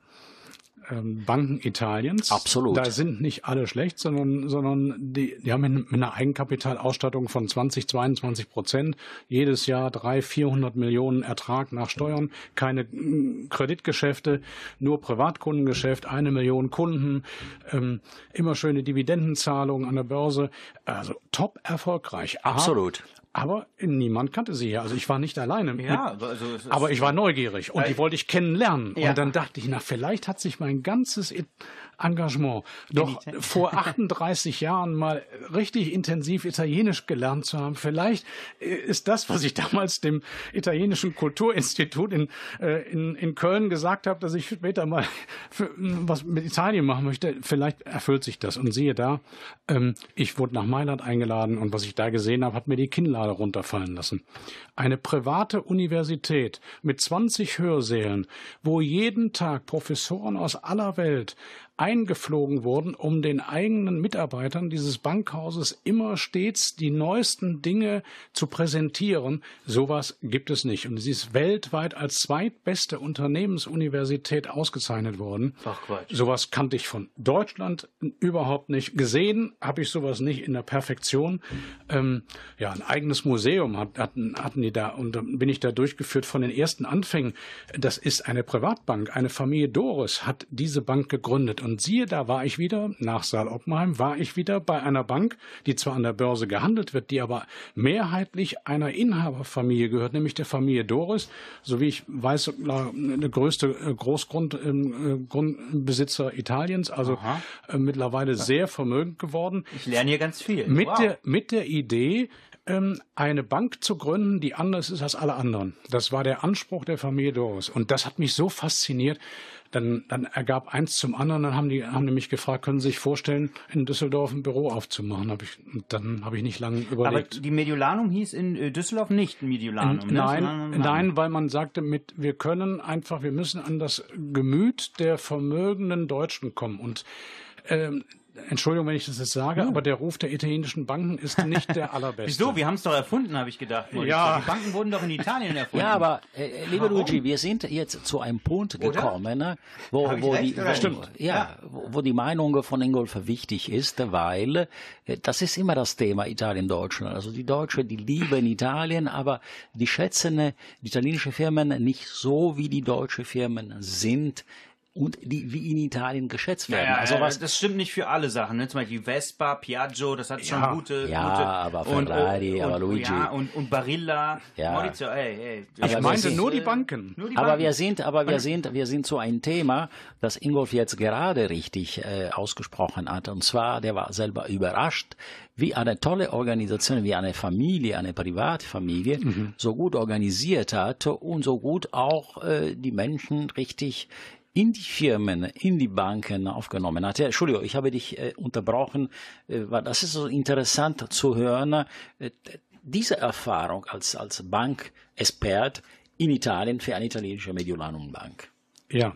Banken Italiens. Absolut. Da sind nicht alle schlecht, sondern die haben mit einer Eigenkapitalausstattung von 22%, jedes Jahr 300-400 Millionen Ertrag nach Steuern, keine Kreditgeschäfte, nur Privatkundengeschäft, 1 Million Kunden, immer schöne Dividendenzahlungen an der Börse, also top erfolgreich. Absolut. Aber niemand kannte sie ja. Also ich war nicht alleine. Ja, also es ist- Aber ich war neugierig und die wollte ich kennenlernen. Ja. Und dann dachte ich, vielleicht hat sich mein ganzes Engagement doch vor 38 Jahren mal richtig intensiv Italienisch gelernt zu haben. Vielleicht ist das, was ich damals dem Italienischen Kulturinstitut in Köln gesagt habe, dass ich später mal was mit Italien machen möchte, vielleicht erfüllt sich das. Und siehe da, ich wurde nach Mailand eingeladen und was ich da gesehen habe, hat mir die Kinnlade runterfallen lassen. Eine private Universität mit 20 Hörsälen, wo jeden Tag Professoren aus aller Welt eingeflogen wurden, um den eigenen Mitarbeitern dieses Bankhauses immer stets die neuesten Dinge zu präsentieren. Sowas gibt es nicht. Und sie ist weltweit als zweitbeste Unternehmensuniversität ausgezeichnet worden. Ach Quatsch. Sowas kannte ich von Deutschland überhaupt nicht. Gesehen habe ich sowas nicht in der Perfektion. Ein eigenes Museum hatten die da und dann bin ich da durchgeführt von den ersten Anfängen. Das ist eine Privatbank. Eine Familie Doris hat diese Bank gegründet Und siehe, da war ich wieder, nach Saal-Oppenheim, war ich wieder bei einer Bank, die zwar an der Börse gehandelt wird, die aber mehrheitlich einer Inhaberfamilie gehört, nämlich der Familie Doris, so wie ich weiß, der größte Großgrundbesitzer Italiens, also mittlerweile sehr vermögend geworden. Ich lerne hier ganz viel. Mit der Idee, eine Bank zu gründen, die anders ist als alle anderen. Das war der Anspruch der Familie Doris. Und das hat mich so fasziniert. Dann ergab eins zum anderen. Dann haben die mich gefragt, können Sie sich vorstellen, in Düsseldorf ein Büro aufzumachen? Dann habe ich nicht lange überlegt. Aber die Mediolanum hieß in Düsseldorf nicht Mediolanum. Nein, weil man sagte, wir müssen an das Gemüt der vermögenden Deutschen kommen. Und Entschuldigung, wenn ich das jetzt sage, aber der Ruf der italienischen Banken ist nicht der allerbeste. Wieso? Wir haben es doch erfunden, habe ich gedacht. Ja. Die Banken wurden doch in Italien erfunden. Ja, aber lieber Luigi, wir sind jetzt zu einem Punkt gekommen, wo die Meinung von Ingolf wichtig ist, weil das ist immer das Thema Italien-Deutschland. Also die Deutschen, die lieben Italien, aber die schätzen die italienische Firmen nicht so, wie die deutschen Firmen sind. Und die wie in Italien geschätzt werden. Das stimmt nicht für alle Sachen. Ne? Zum Beispiel Vespa, Piaggio, das hat schon gute... aber Ferrari, aber Luigi... Ja, und Barilla, Maurizio, Ich meinte nur die Banken. Aber wir sind zu einem Thema, das Ingolf jetzt gerade richtig ausgesprochen hat. Und zwar, der war selber überrascht, wie eine tolle Organisation, wie eine Familie, eine Privatfamilie so gut organisiert hat und so gut auch die Menschen richtig in die Firmen, in die Banken aufgenommen hat. Ja, Entschuldigung, ich habe dich unterbrochen, weil das ist so interessant zu hören, diese Erfahrung als Bankexpert in Italien für eine italienische Mediolanum-Bank. Ja,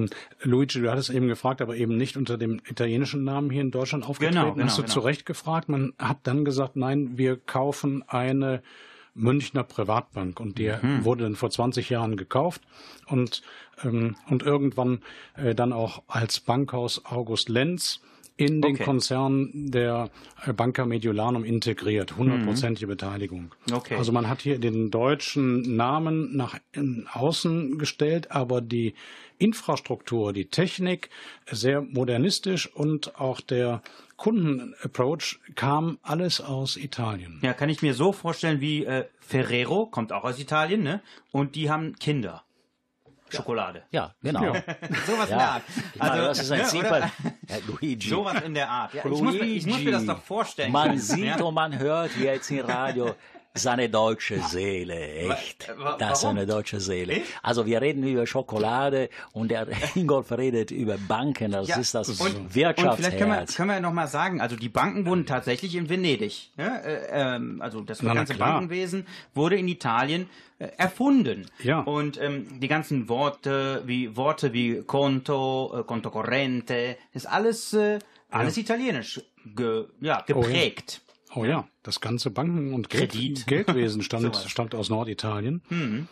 Luigi, du hattest eben gefragt, aber eben nicht unter dem italienischen Namen hier in Deutschland aufgetreten. Genau, hast du zu Recht gefragt. Man hat dann gesagt, nein, wir kaufen eine Münchner Privatbank, und die wurde dann vor 20 Jahren gekauft und irgendwann dann auch als Bankhaus August Lenz in den Konzern der Banca Mediolanum integriert, 100%ige Beteiligung. Okay. Also man hat hier den deutschen Namen nach außen gestellt, aber die Infrastruktur, die Technik sehr modernistisch und auch der Kundenapproach kam alles aus Italien. Ja, kann ich mir so vorstellen wie Ferrero, kommt auch aus Italien, ne? Und die haben Kinder. Schokolade. Ja, genau. Ja. Sowas in der Art. Also, das ist ein Simpel. Luigi. Sowas in der Art. Ja, ich muss mir das doch vorstellen. Man sieht und man hört jetzt im Radio seine deutsche Seele, echt. Das ist eine deutsche Seele. Echt? Also wir reden über Schokolade und der Ingolf redet über Banken, das ist das Wirtschaftsherz. Und vielleicht können wir noch mal sagen, also die Banken wurden tatsächlich in Venedig, also das ganze Bankenwesen wurde in Italien erfunden. Ja. Und die ganzen Worte wie Conto, Conto Corrente, ist alles italienisch geprägt. Oh ja, das ganze Banken- und Geldwesen stammt aus Norditalien.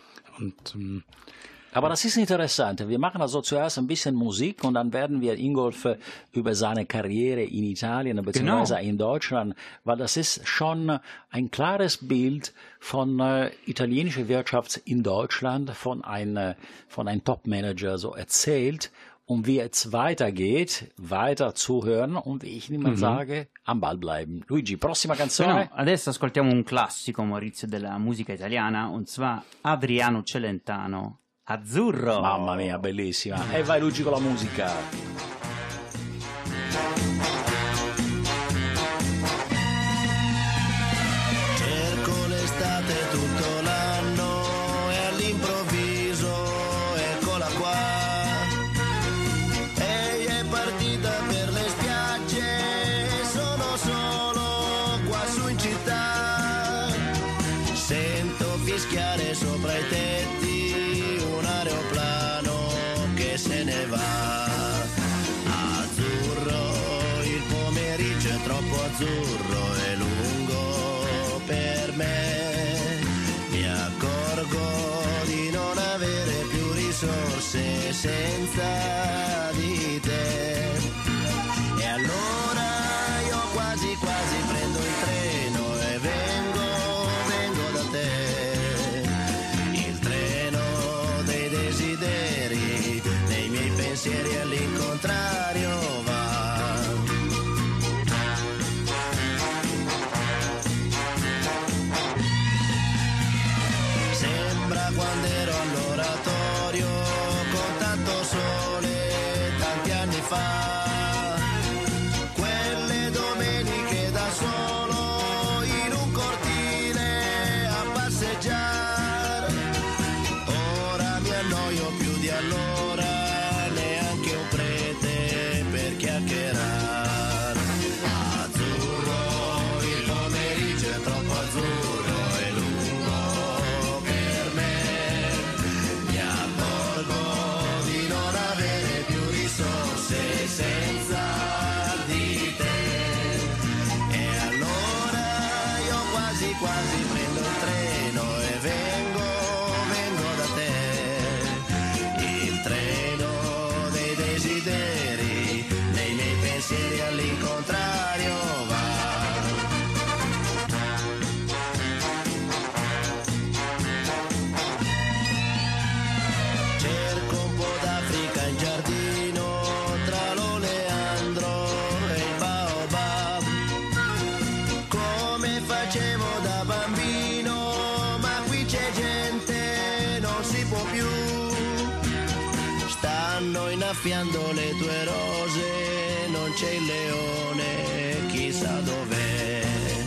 Und, aber das ist interessant. Wir machen also zuerst ein bisschen Musik und dann werden wir Ingolf über seine Karriere in Italien bzw. in Deutschland, weil das ist schon ein klares Bild von italienischer Wirtschaft in Deutschland, von einem Top-Manager so erzählt. Und wie es weitergeht, weiter zuhören und wie ich niemand sage, am Ball bleiben. Luigi, prossima canzone. Adesso ascoltiamo un classico, Maurizio, della musica italiana, und zwar Adriano Celentano, Azzurro. Mamma mia, bellissima. E vai Luigi con la musica. Cerco l'estate tutto l'anno e all'improvviso eccola qua. Fischiare sopra i tetti un aeroplano che se ne va. Azzurro, il pomeriggio è troppo azzurro e lungo per me. Mi accorgo di non avere più risorse senza di te. E allora io quasi prendo il treno e vengo da te. Pensieri all'incontrario quando ero all'oratorio con tanto sole tanti anni fa. Quelle domeniche da solo in un cortile a passeggiare. Ora mi annoio più di allora, neanche un prete per chiacchierare. Azzurro, il pomeriggio è troppo azzurro e lungo per me. Mi accorgo di non avere più risorse senza di te. E allora io quasi quasi prendo il treno e vengo da te. Il treno dei desideri, dei miei pensieri all'incontrario va. Cerco un po' d'Africa in giardino, tra l'oleandro e il baobab, come facevo da bambino, ma qui c'è gente, non si può più. Stanno innaffiando le tue rose, non c'è il leone, chissà dov'è.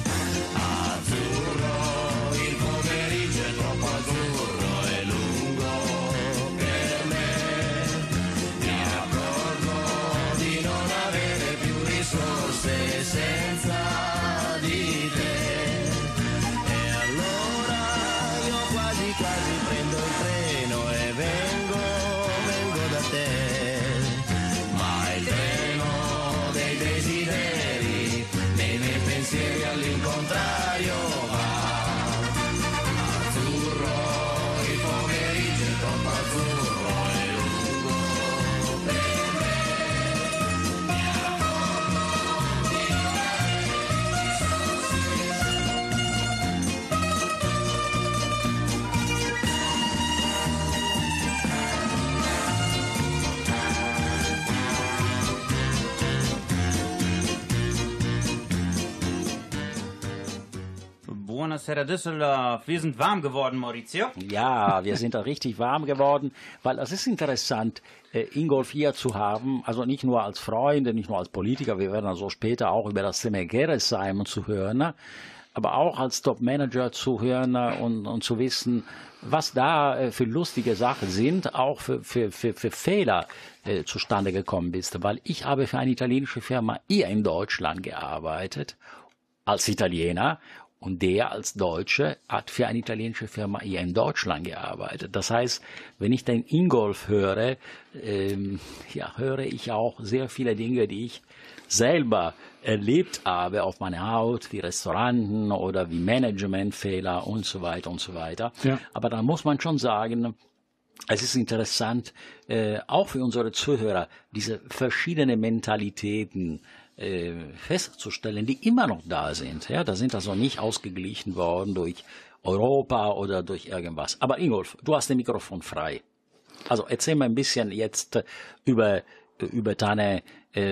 Azzurro, il pomeriggio è troppo azzurro e lungo per me. Mi accorgo di non avere più risorse senza di te. E allora io quasi quasi prendo il treno e vengo da te. Ma il treno dei desideri, dei miei pensieri all'incontrario va. Azzurro, il pomeriggio è troppo azzurro e lungo per me. Mi accorgo di non avere Buonasera Düsseldorf. Wir sind warm geworden, Maurizio. Ja, wir sind da richtig warm geworden, weil es ist interessant, Ingolf hier zu haben, also nicht nur als Freund, nicht nur als Politiker, wir werden also später auch über das Thema Gerresheim zu hören, aber auch als Top-Manager zu hören und zu wissen, was da für lustige Sachen sind, auch für Fehler zustande gekommen bist, weil ich habe für eine italienische Firma hier in Deutschland gearbeitet, als Italiener. Und der als Deutsche hat für eine italienische Firma hier in Deutschland gearbeitet. Das heißt, wenn ich den Ingolf höre, höre ich auch sehr viele Dinge, die ich selber erlebt habe auf meiner Haut, wie Restauranten oder wie Managementfehler und so weiter und so weiter. Ja. Aber da muss man schon sagen, es ist interessant, auch für unsere Zuhörer, diese verschiedenen Mentalitäten festzustellen, die immer noch da sind. Ja, da sind also nicht ausgeglichen worden durch Europa oder durch irgendwas. Aber Ingolf, du hast das Mikrofon frei. Also erzähl mal ein bisschen jetzt über deine,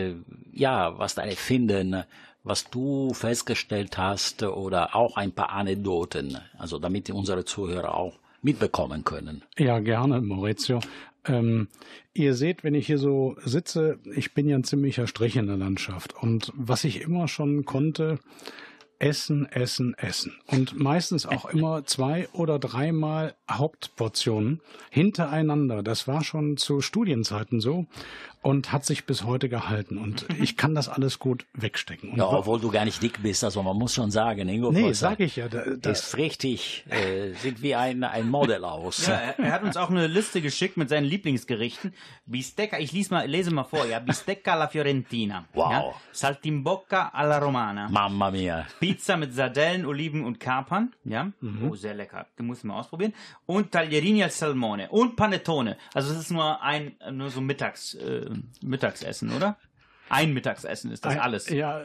was deine Finden, was du festgestellt hast oder auch ein paar Anekdoten, also damit unsere Zuhörer auch mitbekommen können. Ja, gerne, Maurizio. Ihr seht, wenn ich hier so sitze, ich bin ja ein ziemlicher Strich in der Landschaft. Und was ich immer schon konnte, essen, essen, essen. Und meistens auch immer 2 oder 3 Mal Hauptportionen hintereinander. Das war schon zu Studienzeiten so und hat sich bis heute gehalten. Und ich kann das alles gut wegstecken. Und ja, obwohl du gar nicht dick bist. Also man muss schon sagen, Ingo, nee, sag ich ja. Ist richtig, sieht wie ein Model aus. Ja, er hat uns auch eine Liste geschickt mit seinen Lieblingsgerichten. Bistecca, ich lese mal vor, ja. Bistecca alla Fiorentina. Wow. Ja? Saltimbocca alla Romana. Mamma mia. Pizza mit Sardellen, Oliven und Kapern. Ja. Oh, sehr lecker. Den muss man ausprobieren. Und Taglierini al Salmone. Und Panettone. Also es ist nur so Mittagsessen, oder? Ein Mittagsessen ist das alles. Ja,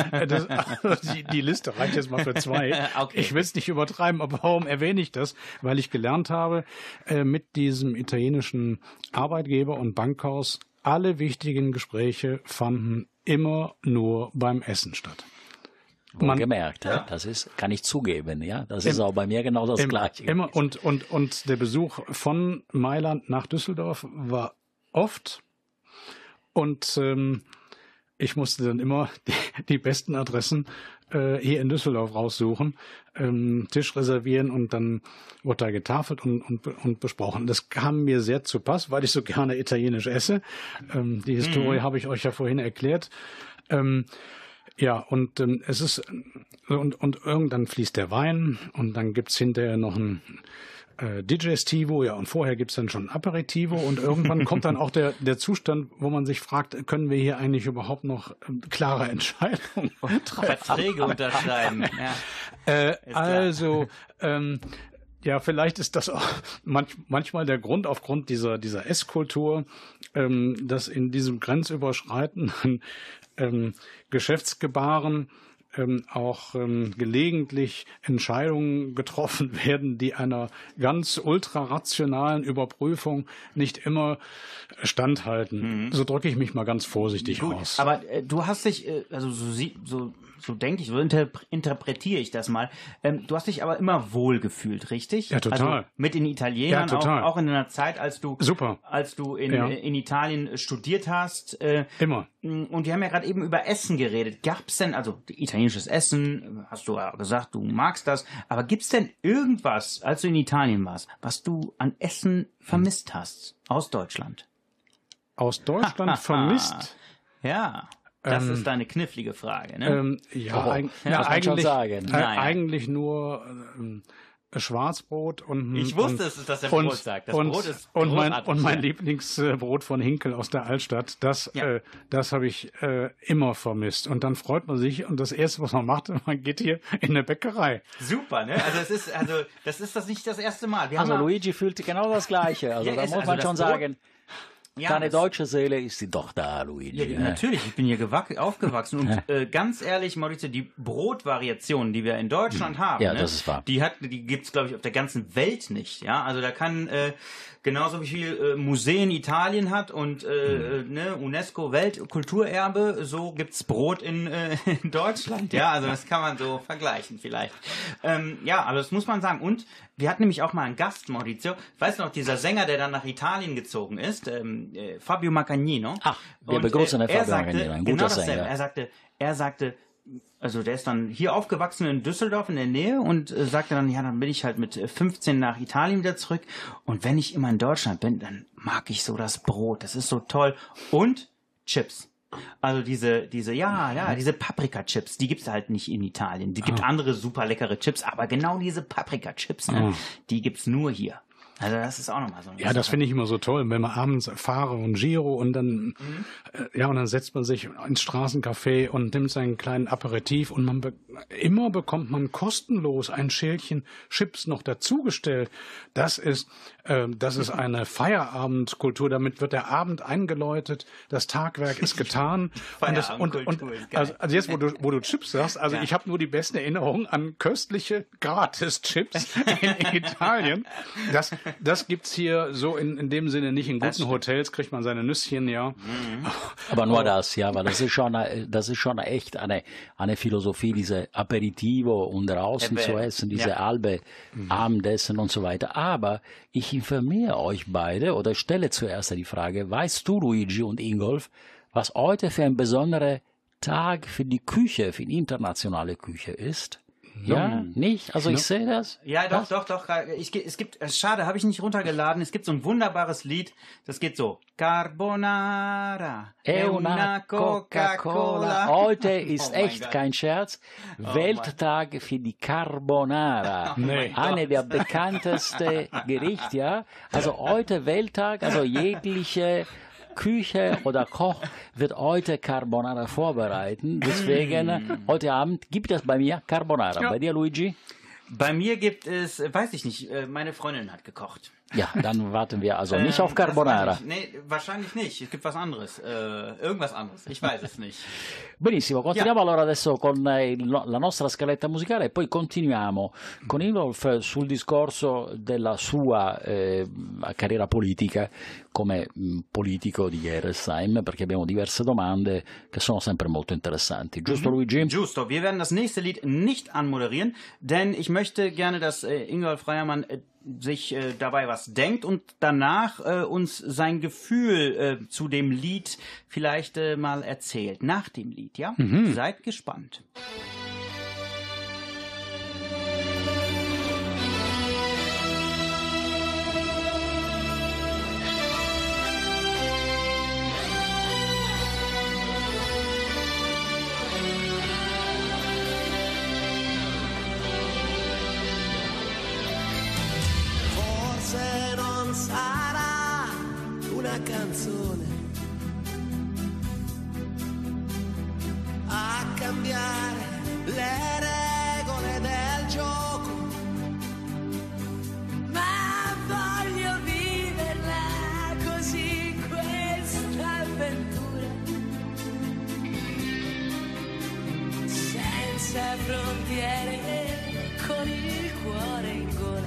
die Liste reicht jetzt mal für 2. Okay. Ich will es nicht übertreiben, aber warum erwähne ich das? Weil ich gelernt habe, mit diesem italienischen Arbeitgeber und Bankhaus, alle wichtigen Gespräche fanden immer nur beim Essen statt. Wohlgemerkt, kann ich zugeben, ja. Das ist auch bei mir genau das Gleiche. Immer und der Besuch von Mailand nach Düsseldorf war oft und ich musste dann immer die besten Adressen hier in Düsseldorf raussuchen, Tisch reservieren und dann wurde da getafelt und besprochen. Das kam mir sehr zu Pass, weil ich so gerne italienisch esse. Die Historie habe ich euch ja vorhin erklärt. Es ist und irgendwann fließt der Wein und dann gibt's hinterher noch ein Digestivo, ja, und vorher gibt's dann schon Aperitivo und irgendwann kommt dann auch der Zustand, wo man sich fragt, können wir hier eigentlich überhaupt noch klare Entscheidungen Verträge unterschreiben. Ja, vielleicht ist das auch manchmal der Grund aufgrund dieser Esskultur, dass in diesem grenzüberschreitenden Geschäftsgebaren auch gelegentlich Entscheidungen getroffen werden, die einer ganz ultrarationalen Überprüfung nicht immer standhalten. So drücke ich mich mal ganz vorsichtig aus. Aber du hast dich, so denke ich, so interpretiere ich das mal. Du hast dich aber immer wohl gefühlt, richtig? Ja, total. Also mit den Italienern, auch in einer Zeit, als du in Italien studiert hast. Immer. Und wir haben ja gerade eben über Essen geredet. Gab's denn, also italienisches Essen, hast du ja gesagt, du magst das, aber gibt's denn irgendwas, als du in Italien warst, was du an Essen vermisst hast aus Deutschland? Aus Deutschland vermisst? Ja. Das ist eine knifflige Frage, ne? Eigentlich nur Schwarzbrot und ich wusste es, dass der Brot sagt. Das Brot ist großartig. Und mein Lieblingsbrot von Hinkel aus der Altstadt, das habe ich immer vermisst. Und dann freut man sich und das Erste, was man macht, man geht hier in eine Bäckerei. Super, ne? Das ist nicht das erste Mal. Luigi fühlte genau das Gleiche. Also da muss man schon sagen. Ja, deine deutsche Seele ist sie doch da, Luigi. Ja, natürlich, ich bin hier aufgewachsen. Und ganz ehrlich, Maurizio, die Brotvariationen, die wir in Deutschland haben, das ist wahr. Die gibt's, glaube ich, auf der ganzen Welt nicht. Ja, also da kann genauso wie viel Museen Italien hat und UNESCO Weltkulturerbe, so gibt's Brot in Deutschland. Ja, also das kann man so vergleichen vielleicht. Aber das muss man sagen. Und wir hatten nämlich auch mal einen Gast, Maurizio. Weißt du noch, dieser Sänger, der dann nach Italien gezogen ist, Fabio Macagnino. Ach, wir begrüßen den Fabio Macagnino, ein guter Sänger. Er sagte, also der ist dann hier aufgewachsen in Düsseldorf in der Nähe und sagte dann, ja, dann bin ich halt mit 15 nach Italien wieder zurück und wenn ich immer in Deutschland bin, dann mag ich so das Brot, das ist so toll und Chips. Also diese Paprika-Chips, die gibt's halt nicht in Italien. Die gibt andere super leckere Chips, aber genau diese Paprika-Chips, die gibt's nur hier. Also das ist auch nochmal so. Ja, das finde ich immer so toll, wenn man abends fahre und Giro und dann und dann setzt man sich ins Straßencafé und nimmt seinen kleinen Aperitif und immer bekommt man kostenlos ein Schälchen Chips noch dazugestellt. Das ist eine Feierabendkultur. Damit wird der Abend eingeläutet, das Tagwerk ist getan. Also jetzt, wo du Chips sagst, also ich habe nur die besten Erinnerungen an köstliche Gratis-Chips in Italien. Das gibt's hier so in dem Sinne nicht. In guten Hotels kriegt man seine Nüsschen, ja. Aber nur das, ja, weil das ist schon echt eine Philosophie, diese Aperitivo und draußen zu essen, diese halbe Abendessen und so weiter. Aber ich informiere euch beide oder stelle zuerst die Frage, weißt du, Luigi und Ingolf, was heute für ein besonderer Tag für die Küche, für die internationale Küche ist? Ja, nicht? Also ich sehe das. Ja, doch. Es gibt, schade, habe ich nicht runtergeladen. Es gibt so ein wunderbares Lied, das geht so. Carbonara è una Coca-Cola. Heute ist echt kein Scherz. Welttag für die Carbonara. Eine der bekanntesten Gerichte, ja. Also heute Welttag, also jegliche Küche oder Koch wird heute Carbonara vorbereiten. Deswegen, heute Abend gibt es bei mir Carbonara. Ja. Bei dir, Luigi? Bei mir gibt es, weiß ich nicht, meine Freundin hat gekocht. Ja, dann warten wir also nicht auf Carbonara. Nee, wahrscheinlich nicht. Es gibt was anderes. Irgendwas anderes. Ich weiß es nicht. Benissimo, continuiamo allora adesso con la nostra scaletta musicale e poi continuiamo con Ingolf sul discorso della sua carriera politica. come politico di Gerresheim, perché abbiamo diverse domande che sono sempre molto interessanti. Giusto, Luigi? Giusto. Wir werden das nächste Lied nicht anmoderieren, denn ich möchte gerne, dass Ingolf Reiermann sich dabei was denkt und danach uns sein Gefühl zu dem Lied vielleicht mal erzählt. Nach dem Lied, ja? Seid gespannt. Sarà una canzone a cambiare le regole del gioco, ma voglio viverla così questa avventura, senza frontiere, con il cuore in gola.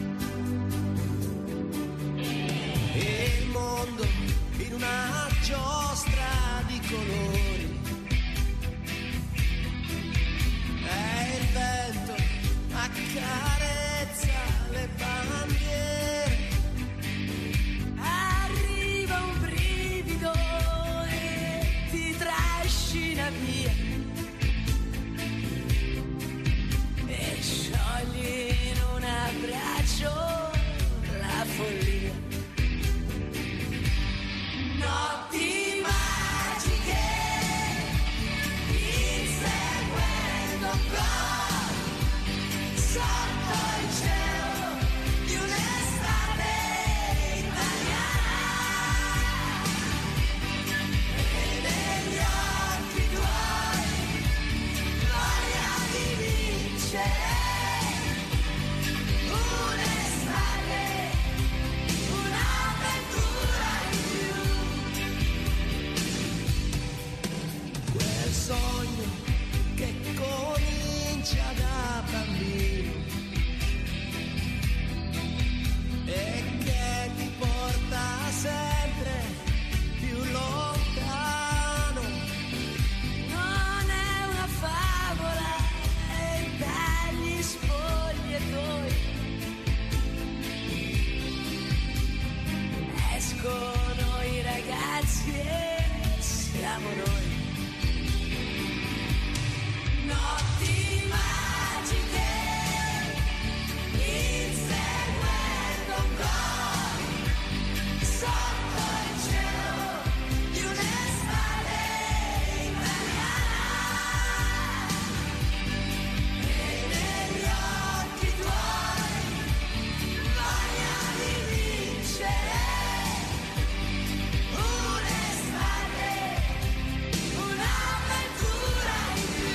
Il mondo in una giostra di colori, e il vento accarezza le bandiere, arriva un brivido e ti trascina via e sciogli in un abbraccio la follia. Notti magiche, inseguendo un gol, sotto il cielo di un'estate italiana, e negli occhi tuoi voglia di vincere. Sogno che comincia da bambino e che ti porta sempre più lontano. Non è una favola e dagli spogliatoi escono i ragazzi e siamo noi. Notti magiche, inseguendo un gol, sotto il cielo di un'estate italiana, e negli occhi tuoi voglia di vincere. Un'estate, un'avventura in più.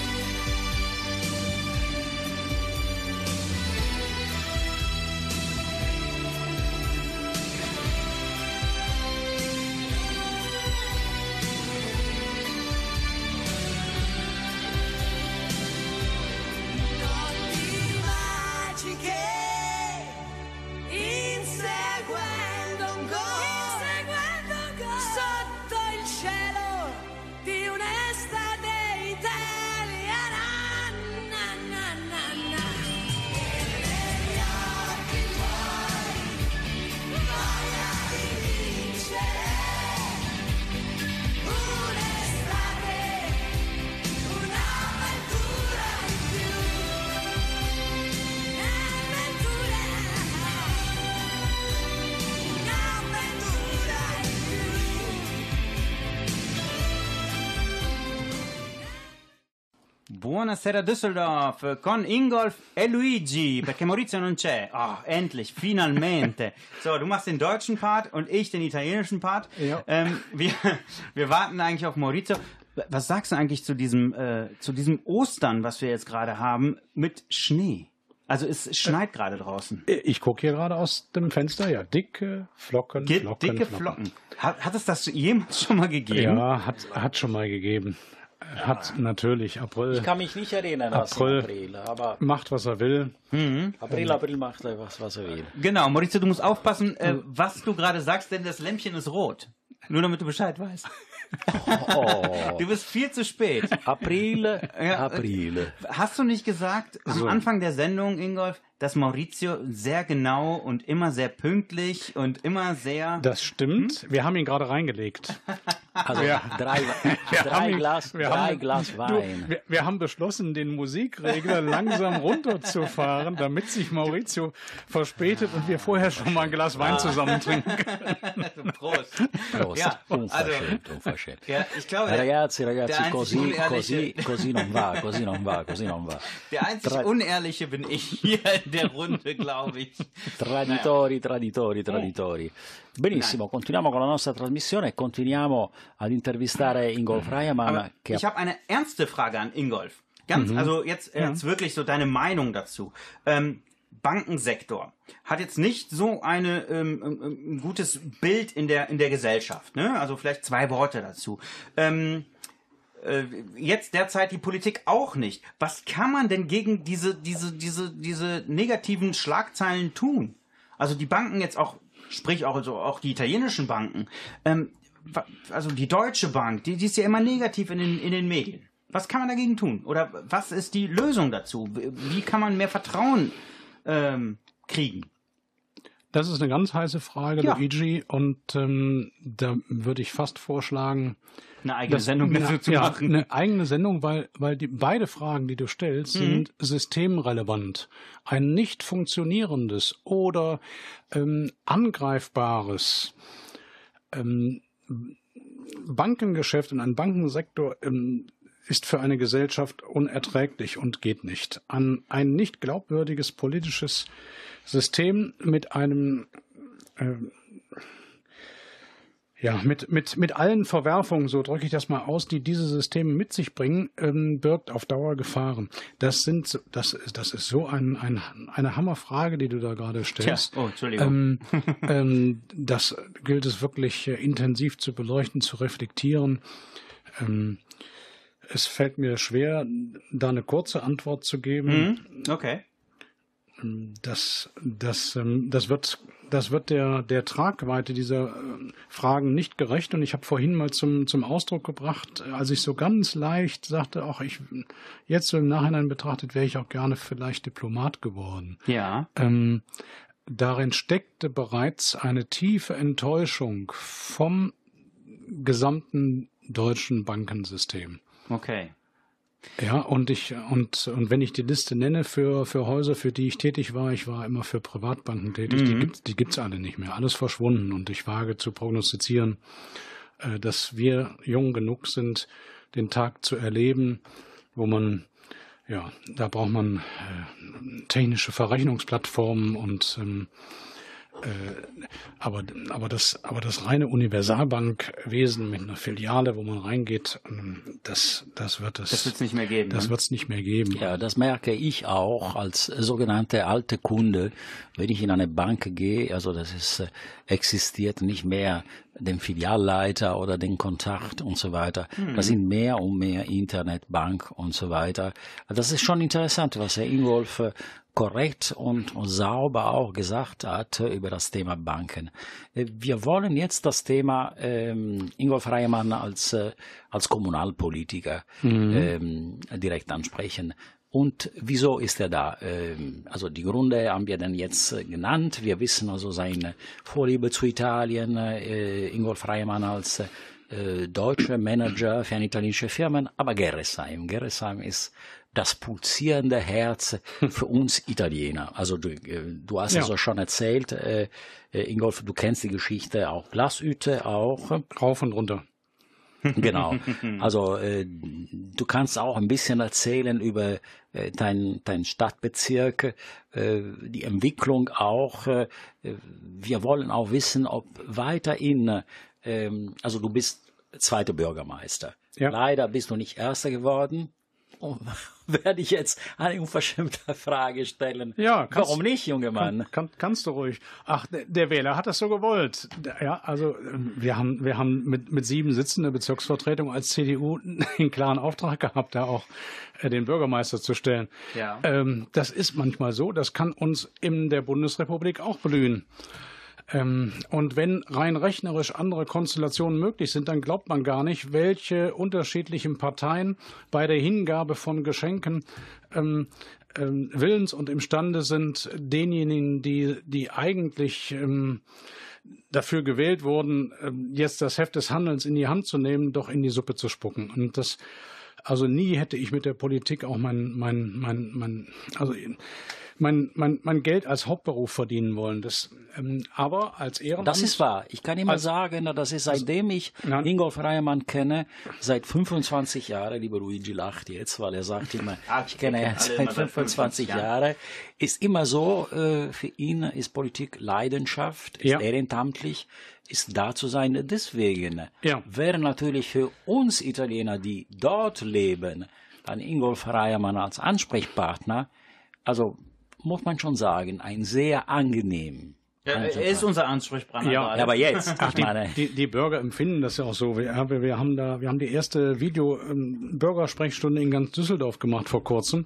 Notti magiche, inseguendo un gol, sotto il cielo di un'estate italiana. Na, na, na, na. E negli occhi tuoi voglia di vincere. Un'estate, un'avventura in più. Un'avventura in più. Buonasera Düsseldorf con Ingolf e Luigi, perché Maurizio non c'è. Oh, endlich, finalmente. So, du machst den deutschen Part und ich den italienischen Part. Ja. Wir warten eigentlich auf Maurizio. Was sagst du eigentlich zu diesem Ostern, was wir jetzt gerade haben, mit Schnee? Also es schneit gerade draußen. Ich gucke hier gerade aus dem Fenster, ja, dicke Flocken, Dicke Flocken. Hat es das jemals schon mal gegeben? Ja, hat schon mal gegeben. hat natürlich April. Ich kann mich nicht erinnern, dass April, aber macht, was er will. April macht was er will. Genau, Maurizio, du musst aufpassen, was du gerade sagst, denn das Lämpchen ist rot. Nur damit du Bescheid weißt. Oh. Du bist viel zu spät. April. Hast du nicht gesagt, am Anfang der Sendung, Ingolf, dass Maurizio sehr genau und immer sehr pünktlich und immer sehr... Das stimmt. Wir haben ihn gerade reingelegt. Also drei Glas Wein. Wir haben beschlossen, den Musikregler langsam runterzufahren, damit sich Maurizio verspätet und wir vorher schon mal ein Glas Wein zusammen trinken. Prost. Ja, unverschämt. Ja, ich glaube, ragazzi, così non va. Der einzig Unehrliche bin ich hier in der Runde, glaube ich. Traditori. Benissimo, continuiamo con la nostra trasmissione e continuiamo ad intervistare Ingolf Reimann. Ich habe eine ernste Frage an Ingolf. Also jetzt wirklich so deine Meinung dazu. Bankensektor hat jetzt nicht so ein gutes Bild in der Gesellschaft, ne? Also vielleicht 2 Worte dazu. Jetzt derzeit die Politik auch nicht. Was kann man denn gegen diese negativen Schlagzeilen tun? Also die Banken jetzt auch, sprich auch die italienischen Banken, also die Deutsche Bank, die ist ja immer negativ in den Medien. Was kann man dagegen tun? Oder was ist die Lösung dazu? Wie kann man mehr Vertrauen kriegen? Das ist eine ganz heiße Frage, Luigi, und da würde ich fast vorschlagen, eine eigene Sendung dazu zu machen. Eine eigene Sendung, weil beide Fragen, die du stellst, sind systemrelevant. Ein nicht funktionierendes oder angreifbares Bankengeschäft und ein Bankensektor ist für eine Gesellschaft unerträglich und geht nicht. Ein nicht glaubwürdiges politisches System mit einem mit allen Verwerfungen, so drücke ich das mal aus, die diese Systeme mit sich bringen, birgt auf Dauer Gefahren. Das ist so eine Hammerfrage, die du da gerade stellst. Tja, Entschuldigung. Das gilt es wirklich intensiv zu beleuchten, zu reflektieren. Es fällt mir schwer, da eine kurze Antwort zu geben. Okay. Das wird der Tragweite dieser Fragen nicht gerecht. Und ich habe vorhin mal zum Ausdruck gebracht, als ich so ganz leicht sagte, jetzt so im Nachhinein betrachtet, wäre ich auch gerne vielleicht Diplomat geworden. Ja. Darin steckte bereits eine tiefe Enttäuschung vom gesamten deutschen Bankensystem. Okay. Ja, und wenn ich die Liste nenne für Häuser, für die ich tätig war, ich war immer für Privatbanken tätig, die gibt's alle nicht mehr, alles verschwunden, und ich wage zu prognostizieren, dass wir jung genug sind, den Tag zu erleben, wo man, da braucht man technische Verrechnungsplattformen und aber das reine Universalbankwesen mit einer Filiale, wo man reingeht, das wird's nicht mehr geben. Das wird's nicht mehr geben. Ja, das merke ich auch als sogenannte alte Kunde, wenn ich in eine Bank gehe. Also existiert nicht mehr den Filialleiter oder den Kontakt und so weiter. Das sind mehr und mehr Internetbank und so weiter. Das ist schon interessant, was Herr Ingolf korrekt und sauber auch gesagt hat über das Thema Banken. Wir wollen jetzt das Thema Ingolf Reimann als Kommunalpolitiker direkt ansprechen. Und wieso ist er da? Also die Gründe haben wir dann jetzt genannt. Wir wissen also seine Vorliebe zu Italien, Ingolf Reimann als deutscher Manager für eine italienische Firma, aber Gerresheim ist das pulsierende Herz für uns Italiener. Also du hast also schon erzählt, Ingolf, du kennst die Geschichte, auch Glashütte, auch. Rauf und runter. Genau. Also du kannst auch ein bisschen erzählen über dein Stadtbezirk, die Entwicklung auch. Wir wollen auch wissen, ob weiterhin, also du bist zweiter Bürgermeister. Ja. Leider bist du nicht Erster geworden. werde ich jetzt eine unverschämte Frage stellen. Ja, warum nicht, junger Mann? Kannst du ruhig. Ach, der Wähler hat das so gewollt. Ja, also wir haben mit 7 Sitzen eine Bezirksvertretung als CDU einen klaren Auftrag gehabt, da auch den Bürgermeister zu stellen. Ja. Das ist manchmal so. Das kann uns in der Bundesrepublik auch blühen. Und wenn rein rechnerisch andere Konstellationen möglich sind, dann glaubt man gar nicht, welche unterschiedlichen Parteien bei der Hingabe von Geschenken willens und imstande sind, denjenigen, die eigentlich dafür gewählt wurden, jetzt das Heft des Handelns in die Hand zu nehmen, doch in die Suppe zu spucken. Und also nie hätte ich mit der Politik auch mein Geld als Hauptberuf verdienen wollen. Aber als Ehrenamt... Das ist wahr. Ich kann immer sagen, das ist seitdem ich Ingolf Reimann kenne, seit 25 Jahren, lieber Luigi lacht jetzt, weil er sagt immer, ich kenne ihn seit 25 Jahren, ist immer so, für ihn ist Politik Leidenschaft, ist ehrenamtlich, ist da zu sein. Deswegen wäre natürlich für uns Italiener, die dort leben, dann Ingolf Reimann als Ansprechpartner, also muss man schon sagen, ein sehr angenehm. Ja, er ist unser Ansprechpartner. Ja, aber jetzt. Die Bürger empfinden das ja auch so. Wir haben die erste Bürgersprechstunde in ganz Düsseldorf gemacht vor kurzem.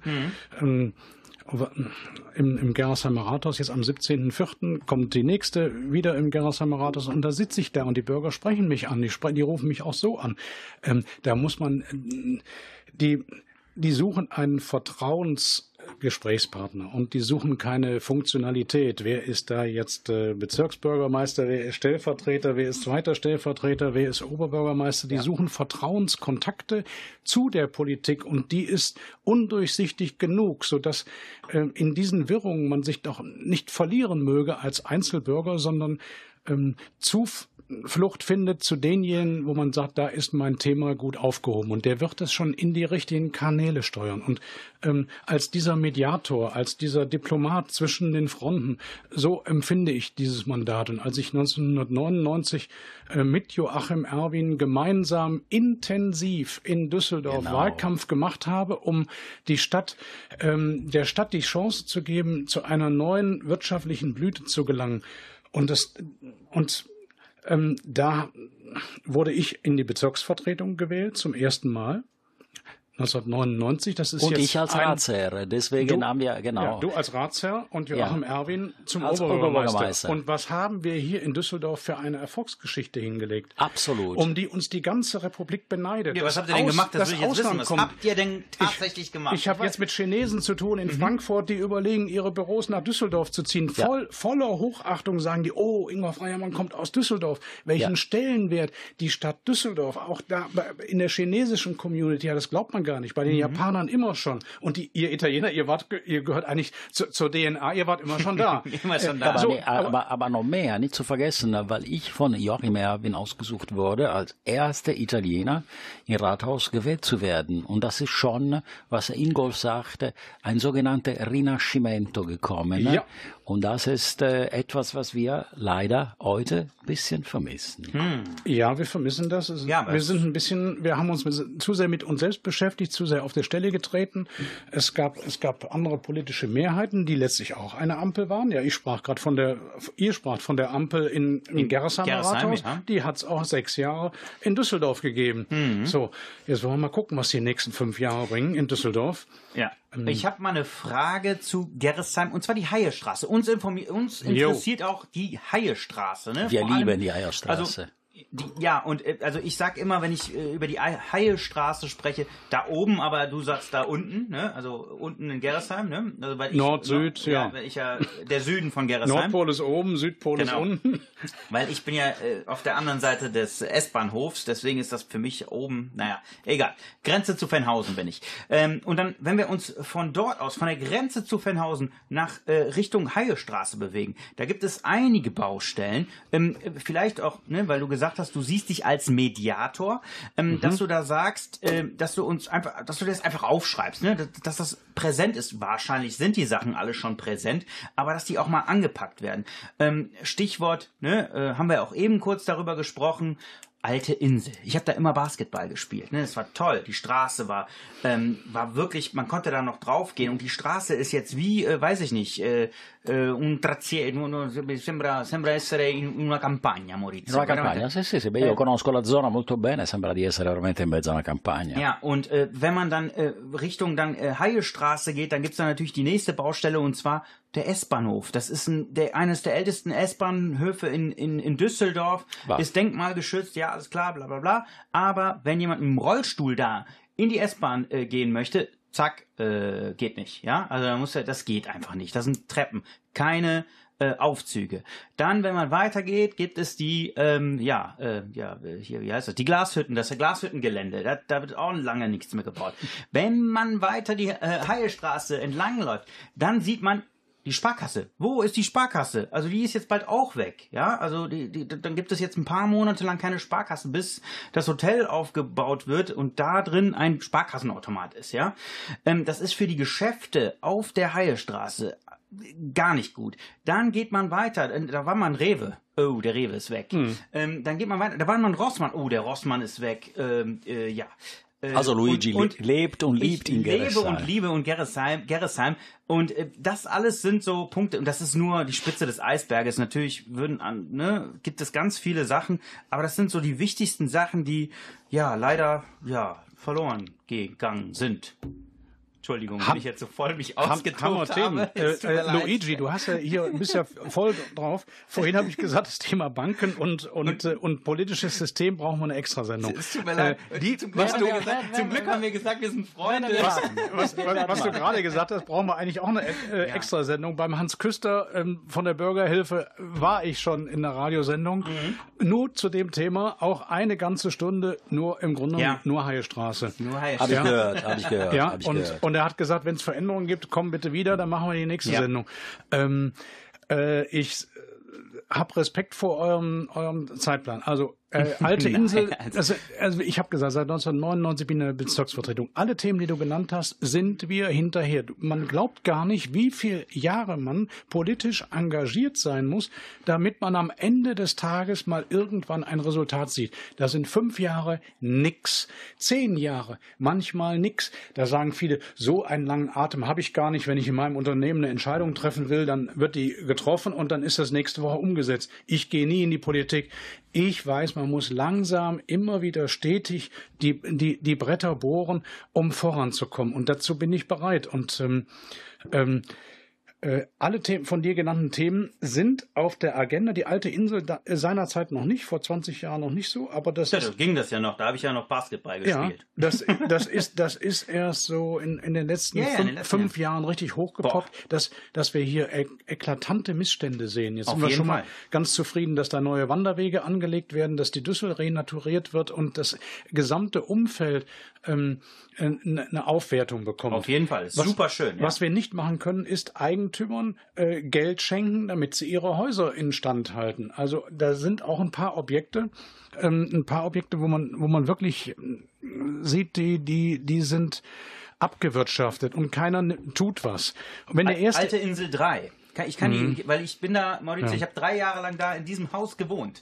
Im Gerresheimer Rathaus, jetzt am 17.04. kommt die nächste wieder im Gerresheimer Rathaus und da sitze ich da und die Bürger sprechen mich an, die rufen mich auch so an. Da muss man, die suchen einen Vertrauensgesprächspartner und die suchen keine Funktionalität. Wer ist da jetzt Bezirksbürgermeister, wer ist Stellvertreter, wer ist zweiter Stellvertreter, wer ist Oberbürgermeister? Die suchen Vertrauenskontakte zu der Politik und die ist undurchsichtig genug, sodass in diesen Wirrungen man sich doch nicht verlieren möge als Einzelbürger, sondern Zuflucht findet zu denjenigen, wo man sagt, da ist mein Thema gut aufgehoben. Und der wird es schon in die richtigen Kanäle steuern. Und als dieser Mediator, als dieser Diplomat zwischen den Fronten, so empfinde ich dieses Mandat. Und als ich 1999 mit Joachim Erwin gemeinsam intensiv in Düsseldorf Wahlkampf gemacht habe, um der Stadt die Chance zu geben, zu einer neuen wirtschaftlichen Blüte zu gelangen. Da wurde ich in die Bezirksvertretung gewählt zum ersten Mal. 1999, das ist und jetzt ich als Ratsherr, deswegen haben wir, genau. Ja, du als Ratsherr und Joachim Erwin zum Oberbürgermeister. Und was haben wir hier in Düsseldorf für eine Erfolgsgeschichte hingelegt? Absolut. Um die uns die ganze Republik beneidet. Ja, was habt ihr denn gemacht? Das will ich jetzt wissen. Was habt ihr denn tatsächlich gemacht? Ich habe jetzt mit Chinesen zu tun in Frankfurt, die überlegen, ihre Büros nach Düsseldorf zu ziehen. Voller Hochachtung sagen die, oh, Ingolf Reimann kommt aus Düsseldorf. Welchen Stellenwert die Stadt Düsseldorf, auch da in der chinesischen Community, das glaubt man gar nicht. Bei den Japanern immer schon. Und ihr Italiener, ihr gehört eigentlich zur DNA, ihr wart immer schon da. Immer schon da. Aber noch mehr, nicht zu vergessen, weil ich von Joachim Erwin ausgesucht wurde, als erster Italiener im Rathaus gewählt zu werden. Und das ist schon, was Ingolf sagte, ein sogenannter Rinascimento gekommen. Ja. Und das ist etwas, was wir leider heute ein bisschen vermissen. Ja, wir vermissen das. Wir haben uns zu sehr mit uns selbst beschäftigt, zu sehr auf der Stelle getreten. Es gab andere politische Mehrheiten, die letztlich auch eine Ampel waren. Ja, ihr spracht von der Ampel in Gerresheimer Rathaus. Ja. Die hat es auch 6 Jahre in Düsseldorf gegeben. So, jetzt wollen wir mal gucken, was die nächsten 5 Jahre bringen in Düsseldorf. Ja. Ich habe mal eine Frage zu Gerresheim, und zwar die Haiestraße. Uns interessiert auch die Haiestraße. Ne? Wir lieben die Haiestraße. Also ich sag immer, wenn ich über die Haiestraße spreche, da oben, aber du sagst da unten, ne? Also unten in Gerresheim, ne? Also weil Nord-Süd, der Süden von Gerresheim. Nordpol ist oben, Südpol ist unten. Weil ich bin ja auf der anderen Seite des S-Bahnhofs, deswegen ist das für mich oben, naja, egal. Grenze zu Venhausen bin ich. Und dann, wenn wir uns von dort aus, von der Grenze zu Venhausen nach Richtung Haiestraße bewegen, da gibt es einige Baustellen, vielleicht auch, ne, weil du gesagt hast, du siehst dich als Mediator, dass du da sagst, dass du das einfach aufschreibst, ne? Dass das präsent ist. Wahrscheinlich sind die Sachen alle schon präsent, aber dass die auch mal angepackt werden. Stichwort, ne, haben wir auch eben kurz darüber gesprochen, Alte Insel. Ich habe da immer Basketball gespielt. Ne? Das war toll. Die Straße war wirklich, man konnte da noch drauf gehen. Und die Straße ist jetzt wie, weiß ich nicht, un tracciere, sembra essere in una campagna, Maurizio. Una campagna, sì. Beh, io conosco la zona molto bene, sembra di essere veramente in mezzo a una campagna. Ja, und wenn man dann Richtung Haiestraße geht, dann gibt's da natürlich die nächste Baustelle, und zwar der S-Bahnhof. Das ist eines der ältesten S-Bahnhöfe in Düsseldorf. Was? Ist denkmalgeschützt, ja, alles klar, bla bla bla. Aber wenn jemand mit dem Rollstuhl da in die S-Bahn gehen möchte, zack, geht nicht. Ja, also das geht einfach nicht. Das sind Treppen, keine Aufzüge. Dann, wenn man weitergeht, gibt es die, hier, wie heißt das? Die Glashütten, das Glashüttengelände. Da wird auch lange nichts mehr gebaut. Wenn man weiter die Haiestraße entlang läuft, dann sieht man die Sparkasse. Wo ist die Sparkasse? Also die ist jetzt bald auch weg. Ja, also dann gibt es jetzt ein paar Monate lang keine Sparkasse, bis das Hotel aufgebaut wird und da drin ein Sparkassenautomat ist. Ja, das ist für die Geschäfte auf der Haiestraße gar nicht gut. Dann geht man weiter. Da war man Rewe. Oh, der Rewe ist weg. Dann geht man weiter. Da war man Rossmann. Oh, der Rossmann ist weg. Ja. Also Luigi lebt und liebt in Gerresheim. Ich lebe und liebe in Gerresheim. Und das alles sind so Punkte, und das ist nur die Spitze des Eisberges. Natürlich gibt es ganz viele Sachen, aber das sind so die wichtigsten Sachen, die ja leider verloren gegangen sind. Entschuldigung, wenn ich jetzt so voll mich ausgetobt habe. Luigi, du bist ja voll drauf. Vorhin habe ich gesagt, das Thema Banken und politisches System brauchen wir eine Extrasendung. Es tut mir leid. Zum Glück haben wir gesagt, wir sind Freunde. Was du gerade gesagt hast, brauchen wir eigentlich auch eine Extrasendung. Beim Hans Küster von der Bürgerhilfe war ich schon in der Radiosendung. Nur zu dem Thema, auch eine ganze Stunde, nur im Grunde nur Haiestraße. Nur Haiestraße. Hab ich gehört. Und er hat gesagt, wenn es Veränderungen gibt, komm bitte wieder, dann machen wir die nächste Sendung. Ich habe Respekt vor eurem Zeitplan. Also alte Insel, also ich habe gesagt, seit 1999 bin ich in der Bezirksvertretung. Alle Themen, die du genannt hast, sind wir hinterher. Man glaubt gar nicht, wie viele Jahre man politisch engagiert sein muss, damit man am Ende des Tages mal irgendwann ein Resultat sieht. Da sind 5 Jahre nix, 10 Jahre, manchmal nix. Da sagen viele, so einen langen Atem habe ich gar nicht. Wenn ich in meinem Unternehmen eine Entscheidung treffen will, dann wird die getroffen und dann ist das nächste Woche umgesetzt. Ich gehe nie in die Politik. Ich weiß, man muss langsam immer wieder stetig die Bretter bohren, um voranzukommen. Und dazu bin ich bereit. Und alle von dir genannten Themen sind auf der Agenda. Die alte Insel seinerzeit noch nicht, vor 20 Jahren noch nicht so, aber das ist... ging das ja noch, da habe ich ja noch Basketball gespielt. Ja, das ist erst so in den letzten 5 Jahren richtig hochgepoppt, dass wir hier eklatante Missstände sehen. Jetzt sind wir schon mal ganz zufrieden, dass da neue Wanderwege angelegt werden, dass die Düssel renaturiert wird und das gesamte Umfeld eine Aufwertung bekommt. Auf jeden Fall, super schön. Was wir nicht machen können, ist Eigentümern Geld schenken, damit sie ihre Häuser instand halten. Also da sind auch ein paar Objekte, wo man wirklich sieht, die sind abgewirtschaftet und keiner tut was. Und wenn der erste Alte Insel 3. Ich kann weil ich bin da, Maurizio, ich habe 3 Jahre lang da in diesem Haus gewohnt.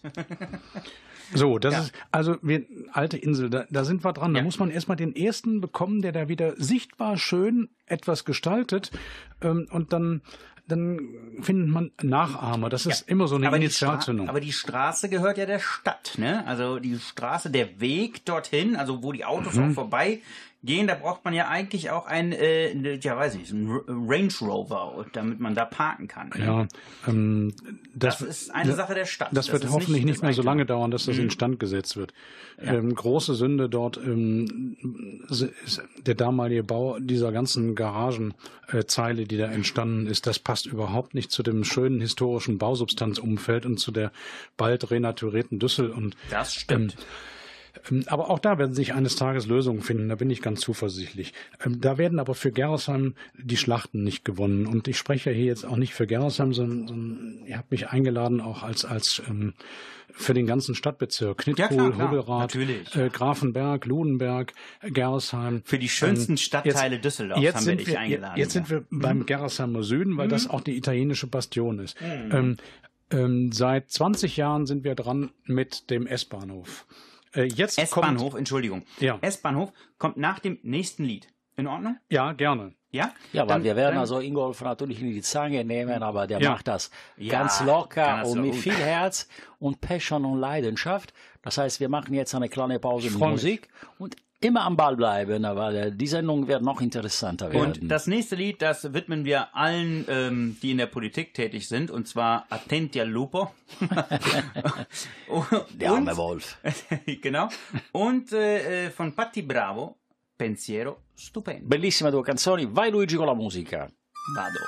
So, das ist, also alte Insel, da sind wir dran. Da muss man erstmal den ersten bekommen, der da wieder sichtbar schön etwas gestaltet, und dann findet man Nachahmer. Das ist immer so eine Initialzündung. Aber die Straße gehört ja der Stadt, ne? Also die Straße, der Weg dorthin, also wo die Autos auch vorbei gehen, da braucht man ja eigentlich auch ein Range Rover, damit man da parken kann. Ne? Ja, das ist eine Sache der Stadt. Das wird hoffentlich nicht mehr so lange dauern, dass das instand gesetzt wird. Ja. Große Sünde dort ist der damalige Bau dieser ganzen Garagenzeile, die da entstanden ist. Das passt überhaupt nicht zu dem schönen historischen Bausubstanzumfeld und zu der bald renaturierten Düssel. Und das stimmt. Aber auch da werden sich eines Tages Lösungen finden, da bin ich ganz zuversichtlich. Da werden aber für Gerresheim die Schlachten nicht gewonnen. Und ich spreche hier jetzt auch nicht für Gerresheim, sondern ihr habt mich eingeladen auch als für den ganzen Stadtbezirk. Knitkuhl, Hubbelrath, Grafenberg, Ludenberg, Gerresheim. Für die schönsten Stadtteile Düsseldorfs haben wir dich eingeladen. Jetzt sind wir beim Gerresheimer Süden, weil das auch die italienische Bastion ist. Seit 20 Jahren sind wir dran mit dem S-Bahnhof. S-Bahnhof, Entschuldigung. Ja. S-Bahnhof kommt nach dem nächsten Lied. In Ordnung? Ja, gerne. Ja? Ja, weil wir werden also Ingolf natürlich in die Zange nehmen, aber der macht das ganz locker und mit viel Herz und Passion und Leidenschaft. Das heißt, wir machen jetzt eine kleine Pause mit Musik und immer am Ball bleiben, weil die Sendung wird noch interessanter werden. Und das nächste Lied, das widmen wir allen, die in der Politik tätig sind, und zwar Attenti al Lupo. Der arme Wolf. Genau. Und von Patti Bravo, Pensiero Stupendo. Bellissime due canzoni, vai Luigi con la musica. Vado.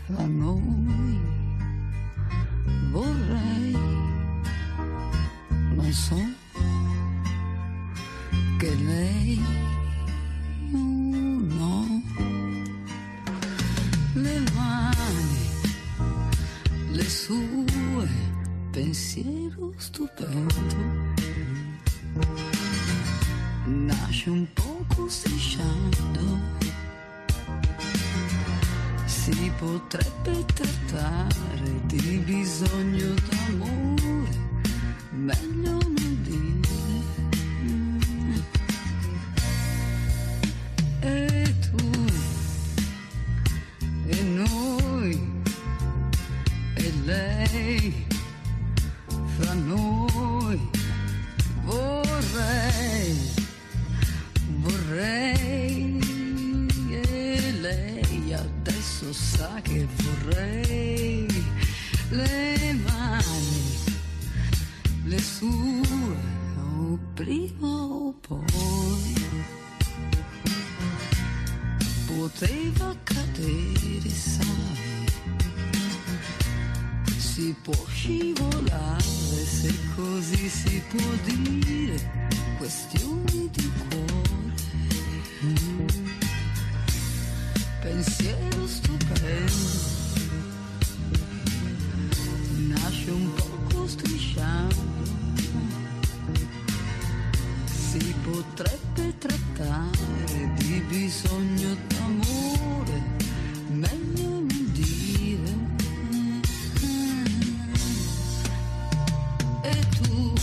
fra noi vorrei, non so che lei no, le mani, le sue, pensiero stupendo, nasce un poco strisciando. Si potrebbe trattare di bisogno d'amore, meglio non dire. E tu, e noi, e lei, fra noi, vorrei, e lei adesso sa che vorrei, le mani, le sue, o prima o poi, poteva cadere, sai, si può scivolare, se così si può dire, questioni di cuore. Pensiero stupendo, nasce un poco strisciando, si potrebbe trattare di bisogno d'amore, meglio non dire. E tu,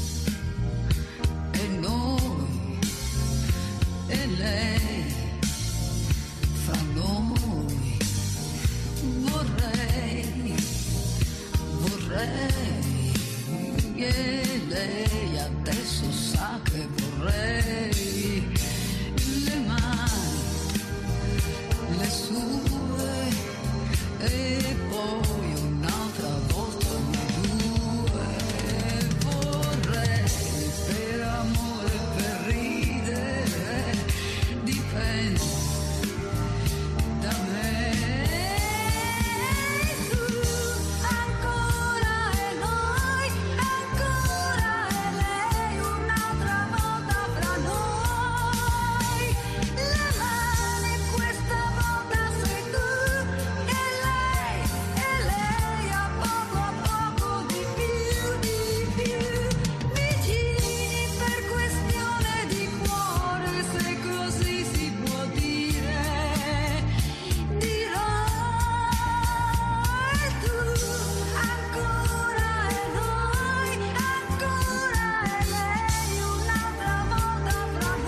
e noi, e lei, fra noi, vorrei, e lei adesso sa che vorrei, le mani, le sue, e poi un'altra volta noi due, vorrei, per amore, per ridere, dipende da me. Tu ancora e noi, ancora e lei, un'altra volta fra noi, le mani questa volta sei tu, e lei a poco di più, vicini per questione di cuore, se così si può dire, dirò. E tu ancora e noi, ancora e lei, un'altra volta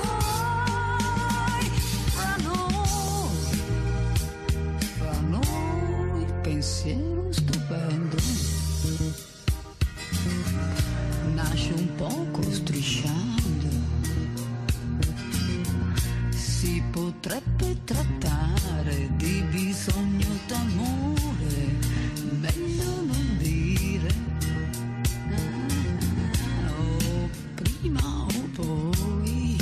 fra noi, pensiero stupendo, nasce un poco strisciando, si potrebbe trattare di bisogno d'amore, meglio non dire, o prima o poi,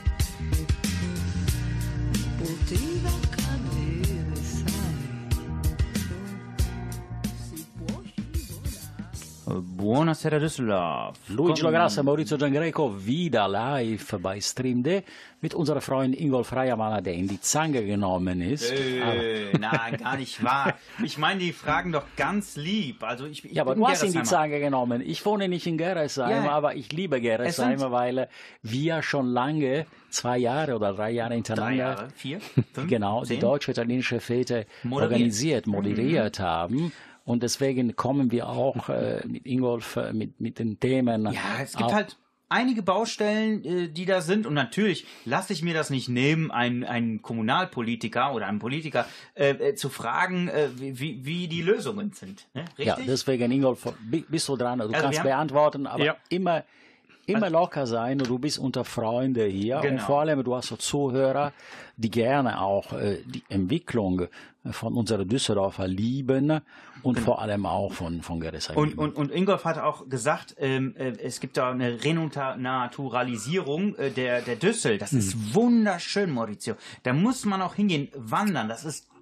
poteva cadere, sai, si può scivolare. Buonasera Düsseldorf. Luigi Lograssa, Maurizio Giangreco, wieder live bei Stream D mit unserer Freundin Ingolf Reiermaler, der in die Zange genommen ist. Nein, gar nicht wahr. Ich meine, die fragen doch ganz lieb. Also ich Ja, aber bin du hast in die Gerresheimer. Zange genommen. Ich wohne nicht in Gerresheim, Ja. aber ich liebe Gerresheim, weil wir schon lange, 2 Jahre oder 3 Jahre 3 hintereinander, Jahre, 4, 5, genau, die 10? deutsch-italienische Fete moderiert haben. Und deswegen kommen wir auch mit Ingolf mit den Themen. Ja, es gibt halt einige Baustellen, die da sind. Und natürlich lasse ich mir das nicht nehmen, einen Kommunalpolitiker oder einen Politiker zu fragen, wie die Lösungen sind. Ne? Richtig? Ja, deswegen, Ingolf, bist du dran? Du Also kannst wir haben- beantworten, aber Ja. immer locker sein und du bist unter Freunde hier. Genau. Und vor allem, du hast so Zuhörer, die gerne auch die Entwicklung von unserer Düsseldorfer lieben und vor allem auch von Gerresheim. Und Ingolf hat auch gesagt, es gibt da eine Renaturalisierung der Düssel. Das ist wunderschön, Maurizio. Da muss man auch hingehen, wandern. Das ist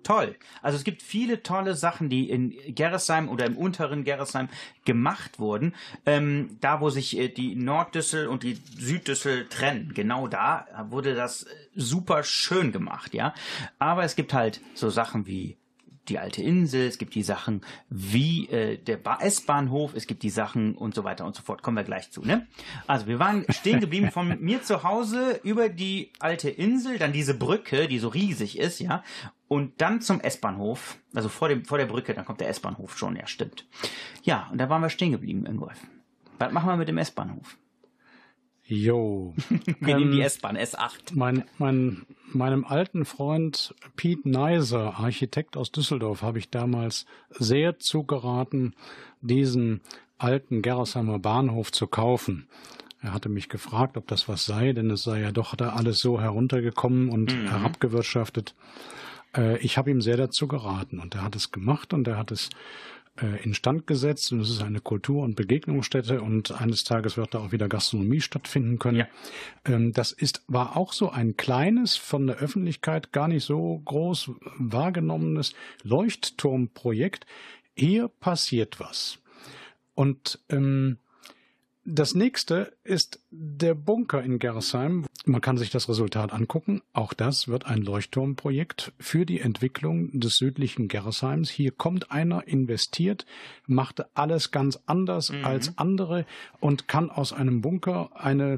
toll. Also es gibt viele tolle Sachen, die in Gerresheim oder im unteren Gerresheim gemacht wurden. Da, wo sich die Norddüssel und die Süddüssel trennen, genau da wurde das super schön gemacht, ja. Aber es gibt halt so Sachen wie die alte Insel, es gibt die Sachen wie der S-Bahnhof, es gibt die Sachen und so weiter und so fort. Kommen wir gleich zu, ne? Also wir waren stehen geblieben von mir zu Hause über die alte Insel, dann diese Brücke, die so riesig ist, ja, und dann zum S-Bahnhof, also vor der Brücke, dann kommt der S-Bahnhof schon, ja, stimmt. Ja, und da waren wir stehen geblieben, Ingolf. Was machen wir mit dem S-Bahnhof? Jo. Wir nehmen die S-Bahn, S8. Meinem alten Freund Piet Neiser, Architekt aus Düsseldorf, habe ich damals sehr zugeraten, diesen alten Gerresheimer Bahnhof zu kaufen. Er hatte mich gefragt, ob das was sei, denn es sei ja doch da alles so heruntergekommen und herabgewirtschaftet. Ich habe ihm sehr dazu geraten und er hat es gemacht und er hat es instand gesetzt und es ist eine Kultur- und Begegnungsstätte und eines Tages wird da auch wieder Gastronomie stattfinden können. Ja. Das war auch so ein kleines, von der Öffentlichkeit gar nicht so groß wahrgenommenes Leuchtturmprojekt. Hier passiert was. Und das nächste ist der Bunker in Gerresheim. Man kann sich das Resultat angucken. Auch das wird ein Leuchtturmprojekt für die Entwicklung des südlichen Gerresheims. Hier kommt einer, investiert, macht alles ganz anders als andere und kann aus einem Bunker ein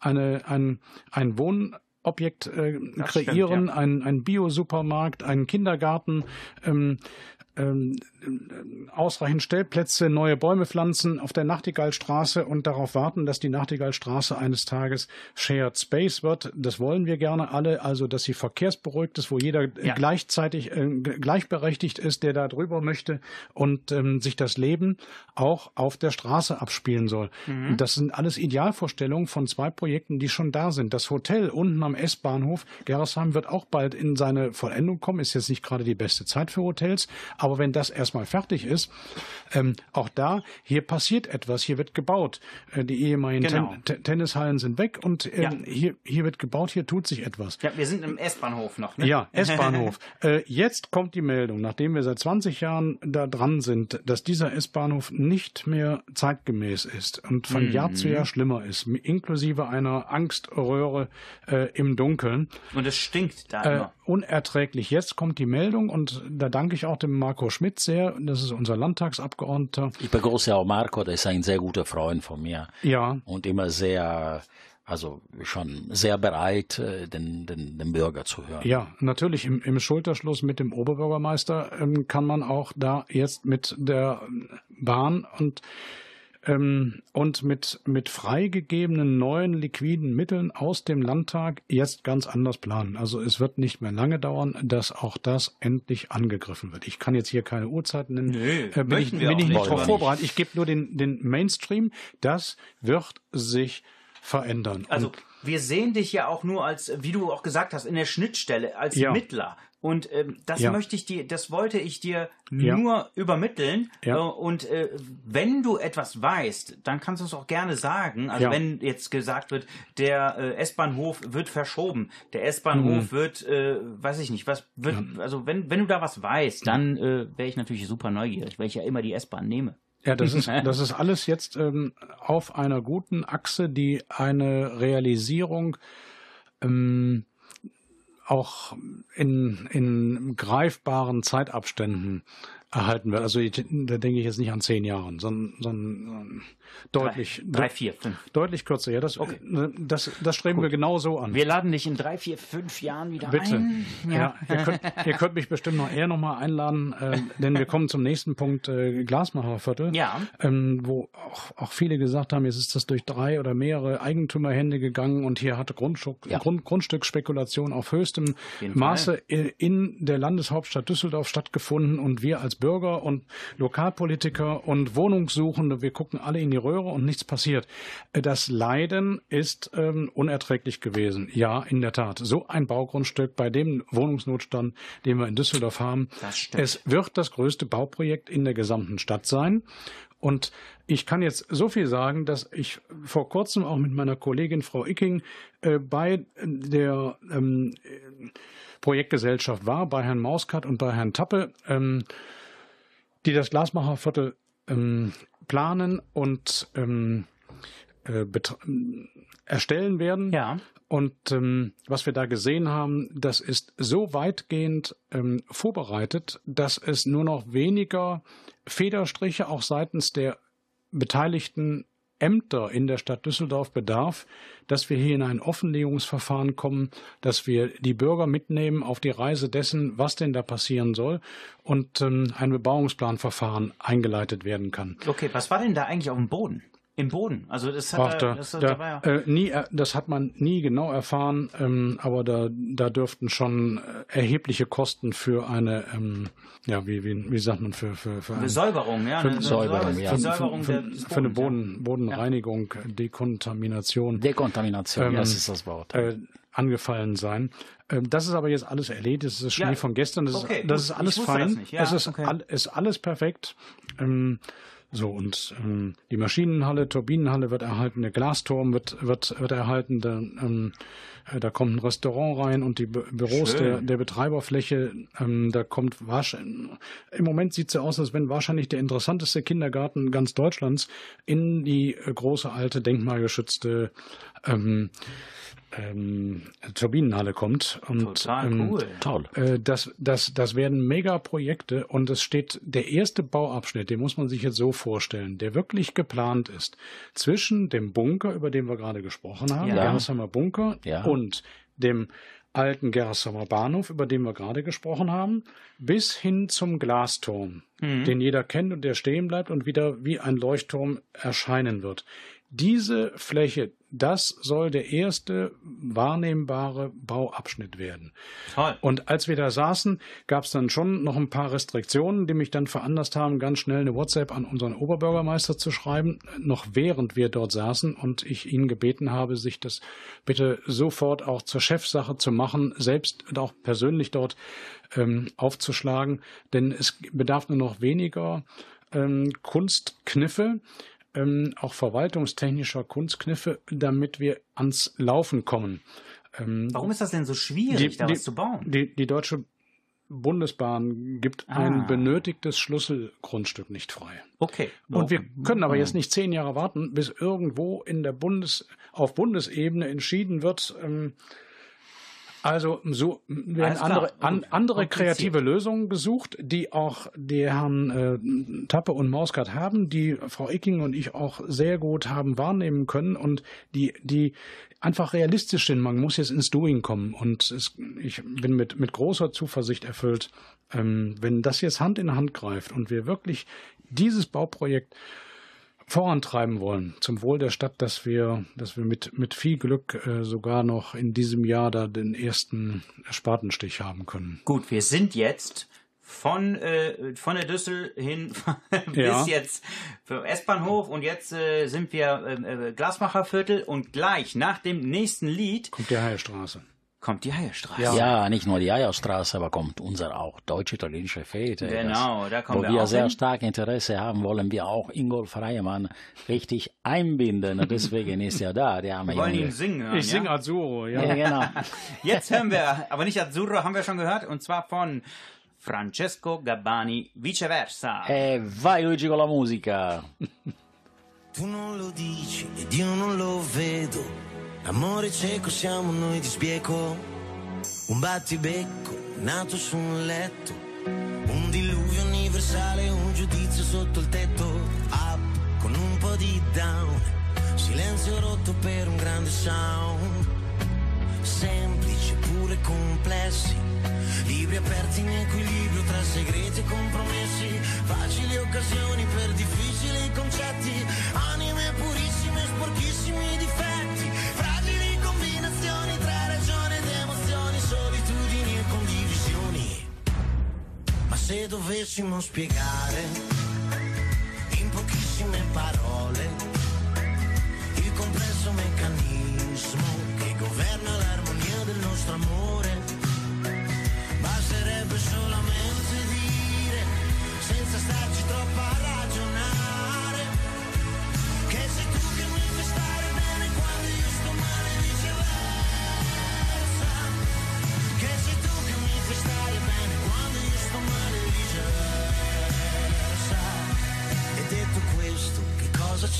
Wohnobjekt kreieren, stimmt, ja. Ein Bio-Supermarkt, einen Kindergarten, ausreichend Stellplätze, neue Bäume pflanzen auf der Nachtigallstraße und darauf warten, dass die Nachtigallstraße eines Tages Shared Space wird. Das wollen wir gerne alle, also dass sie verkehrsberuhigt ist, wo jeder gleichzeitig gleichberechtigt ist, der da drüber möchte und sich das Leben auch auf der Straße abspielen soll. Das sind alles Idealvorstellungen von zwei Projekten, die schon da sind. Das Hotel unten am S-Bahnhof Gerresheim wird auch bald in seine Vollendung kommen. Ist jetzt nicht gerade die beste Zeit für Hotels, aber wenn das erstmal fertig ist, auch da, hier passiert etwas, hier wird gebaut. Die ehemaligen Tennishallen sind weg und hier wird gebaut, hier tut sich etwas. Ja, wir sind im S-Bahnhof noch, ne? Ja, S-Bahnhof. Jetzt kommt die Meldung, nachdem wir seit 20 Jahren da dran sind, dass dieser S-Bahnhof nicht mehr zeitgemäß ist und von Jahr zu Jahr schlimmer ist, inklusive einer Angströhre im Dunkeln. Und es stinkt da immer. Unerträglich. Jetzt kommt die Meldung und da danke ich auch dem Marco Schmidt sehr, das ist unser Landtagsabgeordneter. Ich begrüße auch Marco, der ist ein sehr guter Freund von mir. Ja. Und immer sehr, also schon sehr bereit, den Bürger zu hören. Ja, natürlich im Schulterschluss mit dem Oberbürgermeister kann man auch da jetzt mit der Bahn und mit freigegebenen neuen liquiden Mitteln aus dem Landtag jetzt ganz anders planen. Also es wird nicht mehr lange dauern, dass auch das endlich angegriffen wird. Ich kann jetzt hier keine Uhrzeiten nennen. Nö, bin ich nicht darauf vorbereitet. Ich gebe nur den Mainstream. Das wird sich verändern. Also wir sehen dich ja auch nur als, wie du auch gesagt hast, in der Schnittstelle, als Mittler. Und das wollte ich dir nur übermitteln. Ja. Und wenn du etwas weißt, dann kannst du es auch gerne sagen. Also wenn jetzt gesagt wird, der S-Bahnhof wird verschoben, der S-Bahnhof wird, weiß ich nicht, was wird, also wenn du da was weißt, dann wäre ich natürlich super neugierig, weil ich ja immer die S-Bahn nehme. Ja, das ist alles jetzt auf einer guten Achse, die eine Realisierung auch in greifbaren Zeitabständen erhalten wird. Also da denke ich jetzt nicht an 10 Jahren, sondern deutlich 3, 4, 5. Deutlich kürzer. Ja, das streben wir genau so an. Wir laden dich in 3, 4, 5 Jahren wieder Bitte. ein. Ja, ihr könnt mich bestimmt noch mal einladen, denn wir kommen zum nächsten Punkt, Glasmacherviertel, wo auch viele gesagt haben, jetzt ist das durch 3 oder mehrere Eigentümerhände gegangen und hier hatte Grundstücksspekulation auf höchstem Maße in der Landeshauptstadt Düsseldorf stattgefunden und wir als Bürger und Lokalpolitiker und Wohnungssuchende, wir gucken alle in die Röhre und nichts passiert. Das Leiden ist unerträglich gewesen. Ja, in der Tat. So ein Baugrundstück bei dem Wohnungsnotstand, den wir in Düsseldorf haben. Es wird das größte Bauprojekt in der gesamten Stadt sein. Und ich kann jetzt so viel sagen, dass ich vor kurzem auch mit meiner Kollegin Frau Icking bei der Projektgesellschaft war, bei Herrn Mauskat und bei Herrn Tappe, die das Glasmacherviertel planen und erstellen werden. Ja. Und was wir da gesehen haben, das ist so weitgehend vorbereitet, dass es nur noch weniger Federstriche auch seitens der beteiligten Ämter in der Stadt Düsseldorf bedarf, dass wir hier in ein Offenlegungsverfahren kommen, dass wir die Bürger mitnehmen auf die Reise dessen, was denn da passieren soll und ein Bebauungsplanverfahren eingeleitet werden kann. Okay, was war denn da eigentlich auf dem Boden? Im Boden? Also das hat das hat man nie genau erfahren, aber da dürften schon erhebliche Kosten für eine, wie sagt man, für eine Säuberung, ja. Eine Säuberung, ja. Für eine Bodenreinigung, Dekontamination. Dekontamination, das ist das Wort. Angefallen sein. Das ist aber jetzt alles erledigt. Das ist Schnee von gestern. Das ist alles fein. Es ist alles perfekt. Die Maschinenhalle, Turbinenhalle wird erhalten, der Glasturm wird erhalten, da kommt ein Restaurant rein und die Büros der Betreiberfläche, da kommt im Moment sieht es so aus, als wenn wahrscheinlich der interessanteste Kindergarten ganz Deutschlands in die große alte denkmalgeschützte Turbinenhalle kommt. Und, total cool. Toll. Das werden Megaprojekte und es steht der erste Bauabschnitt, den muss man sich jetzt so vorstellen, der wirklich geplant ist, zwischen dem Bunker, über den wir gerade gesprochen haben, Ja. Gerresheimer Bunker, und dem alten Gerresheimer Bahnhof, über den wir gerade gesprochen haben, bis hin zum Glasturm, den jeder kennt und der stehen bleibt und wieder wie ein Leuchtturm erscheinen wird. Diese Fläche, das soll der erste wahrnehmbare Bauabschnitt werden. Toll. Und als wir da saßen, gab es dann schon noch ein paar Restriktionen, die mich dann veranlasst haben, ganz schnell eine WhatsApp an unseren Oberbürgermeister zu schreiben, noch während wir dort saßen und ich ihn gebeten habe, sich das bitte sofort auch zur Chefsache zu machen, selbst und auch persönlich dort aufzuschlagen, denn es bedarf nur noch weniger Kunstkniffe, auch verwaltungstechnischer Kunstkniffe, damit wir ans Laufen kommen. Warum ist das denn so schwierig, da was zu bauen? Die Deutsche Bundesbahn gibt ein benötigtes Schlüsselgrundstück nicht frei. Okay. Und wir können aber jetzt nicht 10 Jahre warten, bis irgendwo auf Bundesebene entschieden wird, also so werden andere kreative Lösungen gesucht, die auch die Herren Tappe und Mauskat haben, die Frau Icking und ich auch sehr gut haben wahrnehmen können und die einfach realistisch sind. Man muss jetzt ins Doing kommen und ich bin mit großer Zuversicht erfüllt, wenn das jetzt Hand in Hand greift und wir wirklich dieses Bauprojekt vorantreiben wollen, zum Wohl der Stadt, dass wir mit viel Glück sogar noch in diesem Jahr da den ersten Spatenstich haben können. Gut, wir sind jetzt von der Düssel hin bis jetzt für S-Bahnhof und jetzt sind wir Glasmacherviertel und gleich nach dem nächsten Lied kommt die Heilstraße. Ja, nicht nur die Eierstraße, aber kommt unser auch deutsch-italienische Fete. Genau, da kommen wir auch wo wir sehr hin. stark Interesse haben, wollen wir auch Ingolf Reimann richtig einbinden. Deswegen ist er da, der arme Wir wollen Junge. ihn singen hören, Ich singe Azzurro, ja. Ja, genau. Jetzt hören wir, aber nicht Azzurro, haben wir schon gehört, und zwar von Francesco Gabbani, Viceversa. Vai Luigi con la musica. Tu non lo dici ed io non lo vedo. Amore cieco siamo noi di sbieco. Un battibecco nato su un letto. Un diluvio universale, un giudizio sotto il tetto. Up con un po' di down. Silenzio rotto per un grande sound. Semplici pure complessi. Libri aperti in equilibrio tra segreti e compromessi. Facili occasioni per difficili concetti. Anime purissime, sporchissimi difetti. Fragili combinazioni tra ragione ed emozioni. Solitudini e condivisioni. Ma se dovessimo spiegare in pochissime parole il complesso meccanismo che governa l'armonia del nostro amore, basterebbe solamente dire, senza starci troppo a ragionare,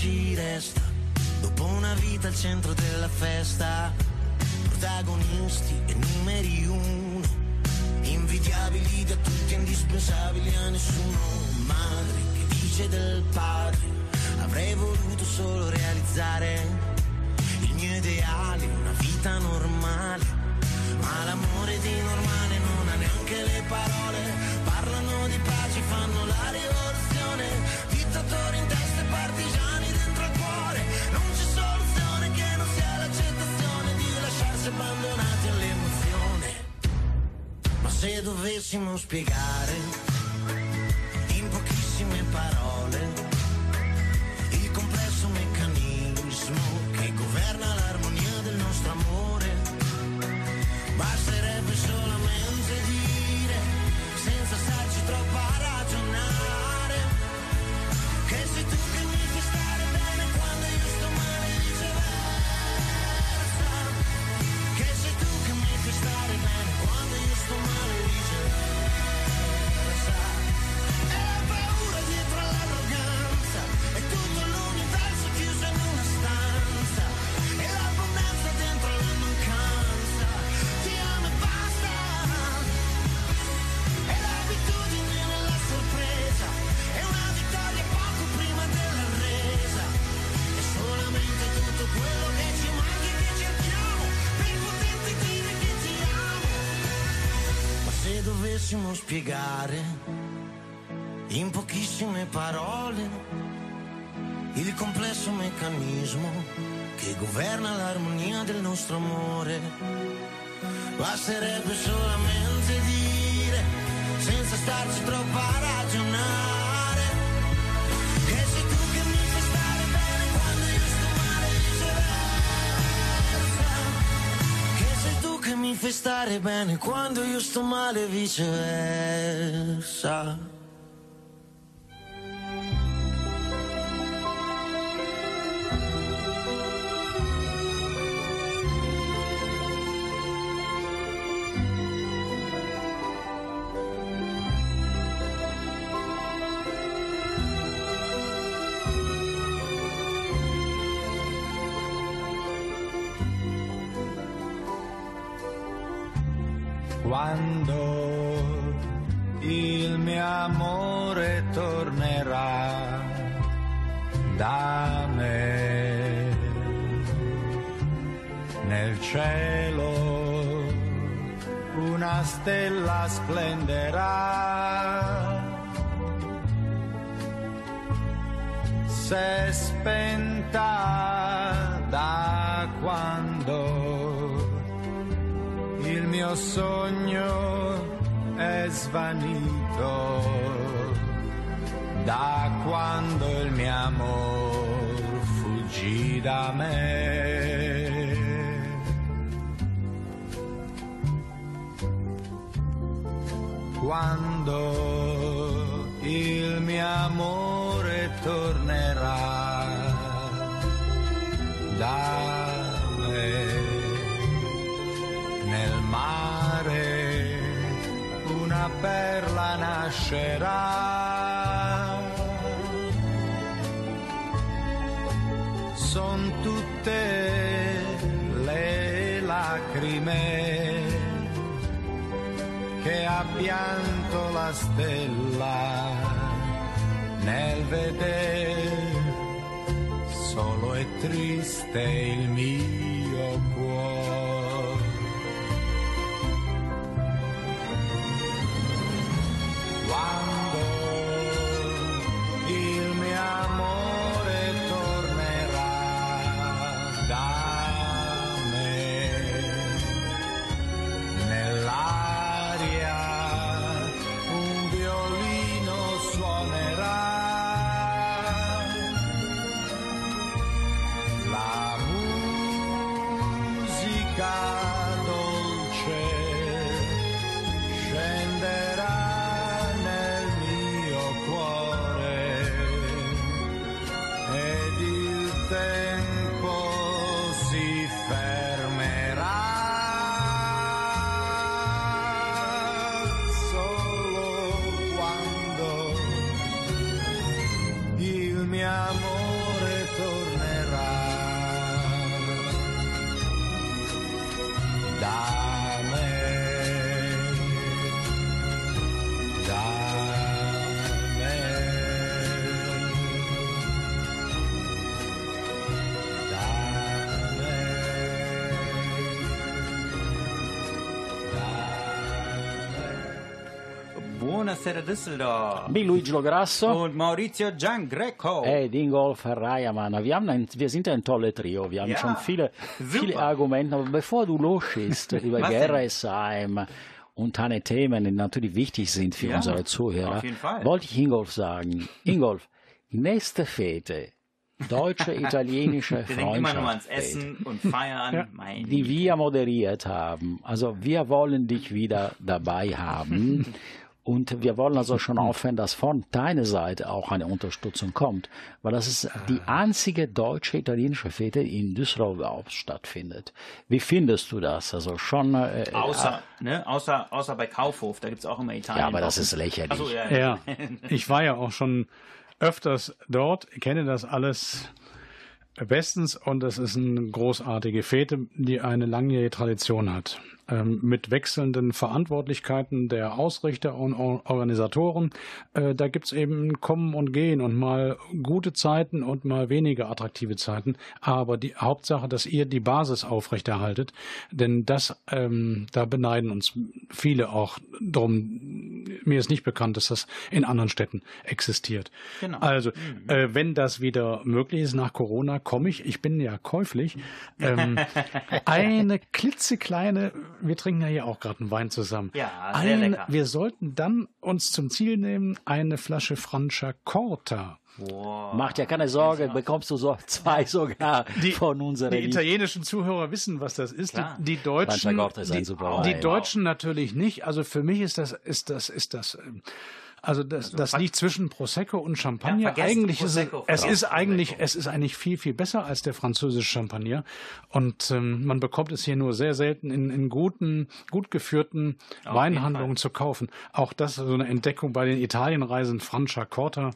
ci resta dopo una vita al centro della festa. Protagonisti e numeri uno, invidiabili da tutti, indispensabili a nessuno. Madre che dice del padre, avrei voluto solo realizzare il mio ideale, una vita normale. Ma l'amore di normale non ha neanche le parole. Parlano di pace, fanno la rivoluzione. Dittatori in testa e partigiani dentro al cuore. Non c'è soluzione che non sia l'accettazione di lasciarsi abbandonati all'emozione. Ma se dovessimo spiegare in pochissime parole il complesso meccanismo che governa l'armonia del nostro amore, basterebbe solamente dire, senza starci troppo a ragionare, che sei tu che mi fai stare bene quando io sto male, viceversa. Che sei tu che mi fai stare bene quando io sto male, viceversa. E la paura dietro all'arroganza è tutto l'universo chiuso in una stanza, e l'abbondanza dentro la mancanza. Ti amo e basta. E l'abitudine nella sorpresa è una vittoria poco prima della resa. È solamente tutto quello che ci manca e che cerchiamo per poterti dire che ti amo. Ma se dovessimo spiegare in pochissime parole il complesso meccanismo che governa l'armonia del nostro amore, basterebbe solamente dire, senza starci troppo a ragionare, che sei tu che mi fai stare bene quando io sto male, viceversa. Che sei tu che mi fai stare bene quando io sto male, viceversa. Quando il mio amore tornerà da me, nel cielo una stella splenderà, s'è spenta da quando il mio sogno è svanito, da quando il mio amor fuggì da me. Quando il mio amore tornerà da me, nel mare una perla nascerà, son tutte le lacrime che ha pianto la stella nel veder solo e triste il mio cuore. Quando il mio amore tornerà da me, nell'aria un violino suonerà, la Buonasera Düsseldorf. Bin Luigi Lograsso Und Maurizio Giangreco. und Ingolf Reiermann. Wir sind ein tolles Trio. Wir haben Ja, schon viele super. Argumente. Aber bevor du losschießt über Was denn? Gerresheim und deine Themen, die natürlich wichtig sind für Ja, unsere Zuhörer, auf jeden Fall. wollte ich Ingolf sagen. Ingolf, nächste Fete, deutsche-italienische Wir denken immer nur ans Freundschaftsfete, Essen und Feiern. Ja. Mein die wir moderiert haben. Also wir wollen dich wieder dabei haben. Und wir wollen also schon aufhören, dass von deiner Seite auch eine Unterstützung kommt, weil das ist die einzige deutsche-italienische Fete, die in Düsseldorf überhaupt stattfindet. Wie findest du das? Also schon... außer bei Kaufhof, da gibt es auch immer Italien. ja, aber das ist lächerlich. Achso, ja. Ja, ich war ja auch schon öfters dort, kenne das alles bestens und es ist eine großartige Fete, die eine langjährige Tradition hat. Mit wechselnden Verantwortlichkeiten der Ausrichter und Organisatoren. Da gibt's eben Kommen und Gehen und mal gute Zeiten und mal weniger attraktive Zeiten. Aber die Hauptsache, dass ihr die Basis aufrechterhaltet, denn das, da beneiden uns viele auch drum. Mir ist nicht bekannt, dass das in anderen Städten existiert. Genau. Also, wenn das wieder möglich ist nach Corona, komme ich. Ich bin ja käuflich. Eine klitzekleine, wir trinken ja hier auch gerade einen Wein zusammen. Ja, sehr lecker. Wir sollten dann uns zum Ziel nehmen, eine Flasche Franciacorta. Wow. Macht ja keine Sorge, bekommst du so zwei sogar von unseren Die italienischen Zuhörer wissen, was das ist. Klar. Die Deutschen, Franciacorta ist ein super die Wein. Deutschen natürlich nicht. Also für mich ist das liegt zwischen Prosecco und Champagner. Ja, vergesst eigentlich Prosecco, es ist Prosecco. es ist eigentlich viel, viel besser als der französische Champagner. Und man bekommt es hier nur sehr selten in gut geführten Weinhandlungen zu kaufen. Auch das ist so eine Entdeckung bei den Italienreisen. Franciacorta,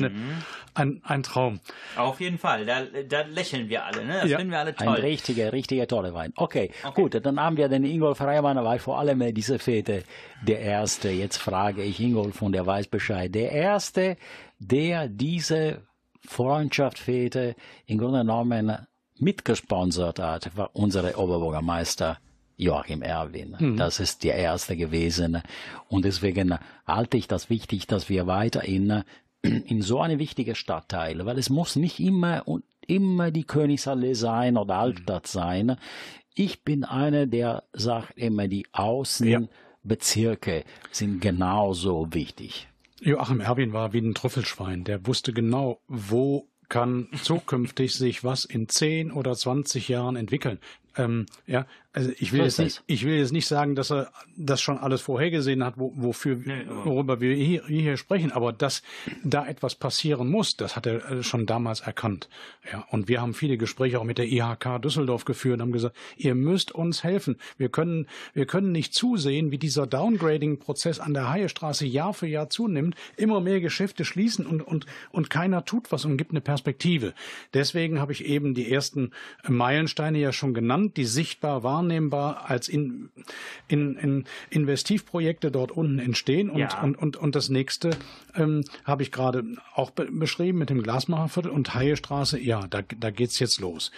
ein Traum. Auf jeden Fall, da lächeln wir alle, ne? Das Ja. finden wir alle Ein toll. richtiger toller Wein. Okay, gut, dann haben wir den Ingolf Reiermann, weil vor allem diese Fete der Erste, jetzt frage ich Ingolf und der weiß Bescheid, der Erste, der diese Freundschaftsfete im Grunde genommen mitgesponsert hat, war unser Oberbürgermeister Joachim Erwin. Das ist der Erste gewesen und deswegen halte ich das wichtig, dass wir weiterhin in so eine wichtige Stadtteile, weil es muss nicht immer die Königsallee sein oder Altstadt sein. Ich bin einer, der sagt immer, die Außenbezirke sind genauso wichtig. Joachim Erwin war wie ein Trüffelschwein. Der wusste genau, wo kann zukünftig sich was in 10 oder 20 Jahren entwickeln. Also ich will jetzt nicht sagen, dass er das schon alles vorhergesehen hat, worüber wir hier sprechen, aber dass da etwas passieren muss, das hat er schon damals erkannt. Ja, und wir haben viele Gespräche auch mit der IHK Düsseldorf geführt und haben gesagt, ihr müsst uns helfen. Wir können nicht zusehen, wie dieser Downgrading-Prozess an der Hayestraße Jahr für Jahr zunimmt, immer mehr Geschäfte schließen und keiner tut was und gibt eine Perspektive. Deswegen habe ich eben die ersten Meilensteine ja schon genannt, die sichtbar wahrnehmbar als Investivprojekte dort unten entstehen. Und das nächste habe ich gerade auch beschrieben mit dem Glasmacherviertel und Hayestraße. Ja, da geht's jetzt los.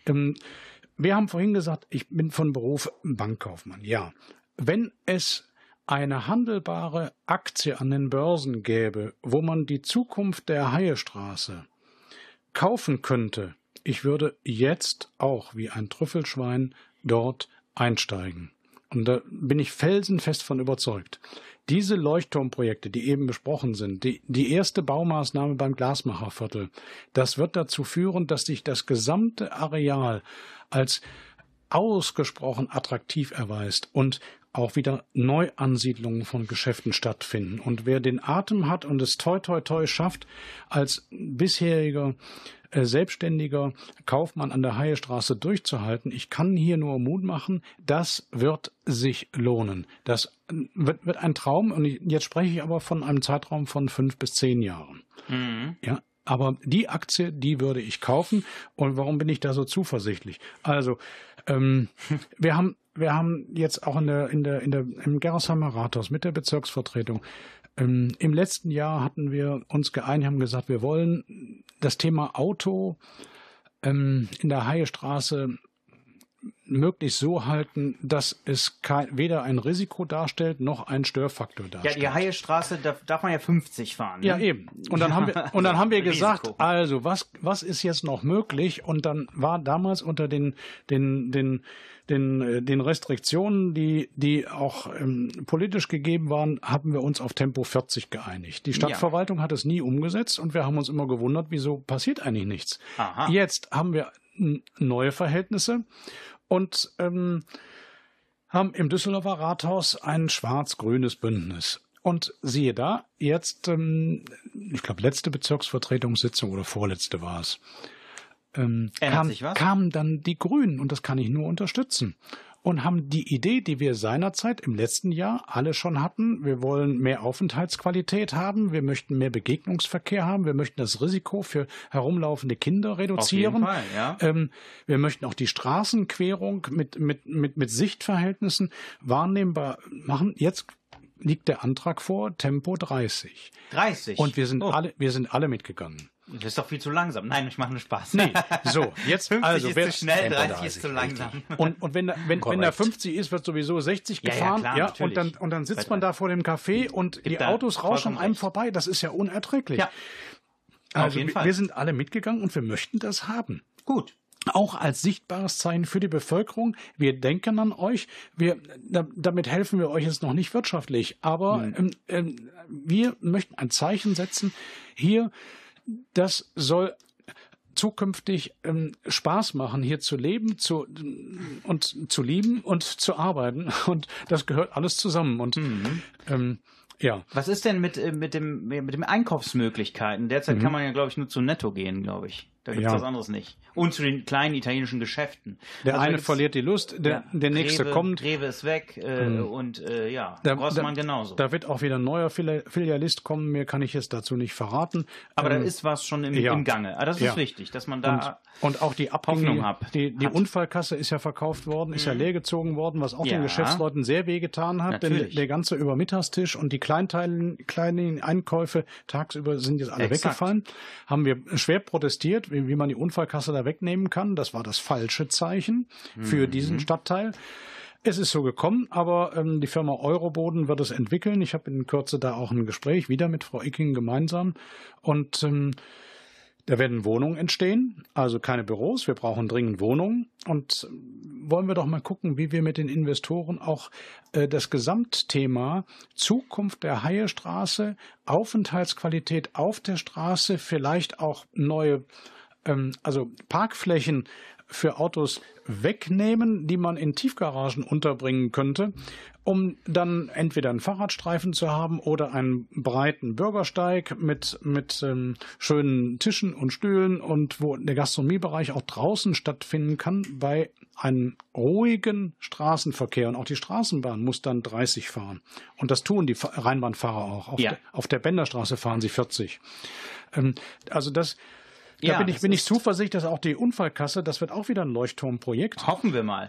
Wir haben vorhin gesagt, ich bin von Beruf Bankkaufmann. Ja, wenn es eine handelbare Aktie an den Börsen gäbe, wo man die Zukunft der Hayestraße kaufen könnte, ich würde jetzt auch wie ein Trüffelschwein dort einsteigen. Und da bin ich felsenfest von überzeugt. Diese Leuchtturmprojekte, die eben besprochen sind, die erste Baumaßnahme beim Glasmacherviertel, das wird dazu führen, dass sich das gesamte Areal als ausgesprochen attraktiv erweist und auch wieder Neuansiedlungen von Geschäften stattfinden. Und wer den Atem hat und es toi toi toi schafft, als bisheriger selbstständiger Kaufmann an der Hayestraße durchzuhalten, ich kann hier nur Mut machen, das wird sich lohnen. Das wird ein Traum und jetzt spreche ich aber von einem Zeitraum von 5 bis 10 Jahren. Ja, aber die Aktie, die würde ich kaufen. Und warum bin ich da so zuversichtlich? Also, wir haben jetzt auch im Gerresheimer Rathaus mit der Bezirksvertretung im letzten Jahr hatten wir uns geeinigt, haben gesagt, wir wollen das Thema Auto in der Hayestraße möglichst so halten, dass es weder ein Risiko darstellt, noch ein Störfaktor Ja, darstellt. die Haie-Straße, da darf man ja 50 fahren. Ne? Ja, eben. Und dann haben wir gesagt, Risiko. also was ist jetzt noch möglich? Und dann war damals unter den Restriktionen, die auch politisch gegeben waren, haben wir uns auf Tempo 40 geeinigt. Die Stadtverwaltung hat es nie umgesetzt und wir haben uns immer gewundert, wieso passiert eigentlich nichts. Aha. Jetzt haben wir neue Verhältnisse und haben im Düsseldorfer Rathaus ein schwarz-grünes Bündnis. Und siehe da, jetzt, ich glaube, letzte Bezirksvertretungssitzung oder vorletzte war es, kamen dann die Grünen, und das kann ich nur unterstützen, und haben die Idee, die wir seinerzeit im letzten Jahr alle schon hatten, wir wollen mehr Aufenthaltsqualität haben, wir möchten mehr Begegnungsverkehr haben, wir möchten das Risiko für herumlaufende Kinder reduzieren. Auf jeden Fall, ja. Wir möchten auch die Straßenquerung mit Sichtverhältnissen wahrnehmbar machen. Jetzt liegt der Antrag vor, Tempo 30. 30? Und wir sind alle mitgegangen. Das ist doch viel zu langsam. Nein, ich mache nur Spaß. Nee, so, jetzt 50 also ist zu schnell, 30 ist zu richtig. langsam. und wenn da 50 ist, wird sowieso 60 Ja, ja, gefahren, klar, natürlich. und dann sitzt man da vor dem Café und die da Autos rauschen vollkommen einem recht. vorbei, das ist ja unerträglich. Ja, also jeden Fall. wir sind alle mitgegangen und wir möchten das haben. gut. Auch als sichtbares Zeichen für die Bevölkerung. Wir denken an euch. Damit helfen wir euch jetzt noch nicht wirtschaftlich. Aber wir möchten ein Zeichen setzen. Hier, das soll zukünftig Spaß machen, hier zu leben, zu lieben und zu arbeiten. Und das gehört alles zusammen. Und ja. Was ist denn mit den Einkaufsmöglichkeiten? Derzeit kann man ja, glaube ich, nur zu Netto gehen, glaube ich. Da gibt es Ja. was anderes nicht. Und zu den kleinen italienischen Geschäften. Der Also da eine gibt's- verliert die Lust, der nächste Rewe, kommt. Rewe ist weg und Rossmann genauso. Da wird auch wieder ein neuer Filialist kommen, mehr kann ich jetzt dazu nicht verraten. Aber da ist was schon im Gange. Aber das ist Ja. wichtig, dass man da Und auch die Hoffnung hat. Die Unfallkasse ist ja verkauft worden, ist ja leergezogen worden, was auch Ja. den Geschäftsleuten sehr wehgetan hat, denn Natürlich. der ganze Übermittagstisch und die kleinen Einkäufe tagsüber sind jetzt alle Exakt. weggefallen. Haben wir schwer protestiert, wie man die Unfallkasse da wegnehmen kann. Das war das falsche Zeichen für diesen Stadtteil. Es ist so gekommen, aber die Firma Euroboden wird es entwickeln. Ich habe in Kürze da auch ein Gespräch wieder mit Frau Icking gemeinsam und da werden Wohnungen entstehen, also keine Büros. Wir brauchen dringend Wohnungen. Und wollen wir doch mal gucken, wie wir mit den Investoren auch das Gesamtthema Zukunft der Haiestraße, Aufenthaltsqualität auf der Straße, vielleicht auch neue Parkflächen für Autos wegnehmen, die man in Tiefgaragen unterbringen könnte, um dann entweder einen Fahrradstreifen zu haben oder einen breiten Bürgersteig mit schönen Tischen und Stühlen und wo der Gastronomiebereich auch draußen stattfinden kann bei einem ruhigen Straßenverkehr. Und auch die Straßenbahn muss dann 30 fahren. Und das tun die Rheinbahnfahrer auch. Auf der Benderstraße fahren sie 40. Da bin ich zuversichtlich, dass auch die Unfallkasse, das wird auch wieder ein Leuchtturmprojekt. Hoffen wir mal.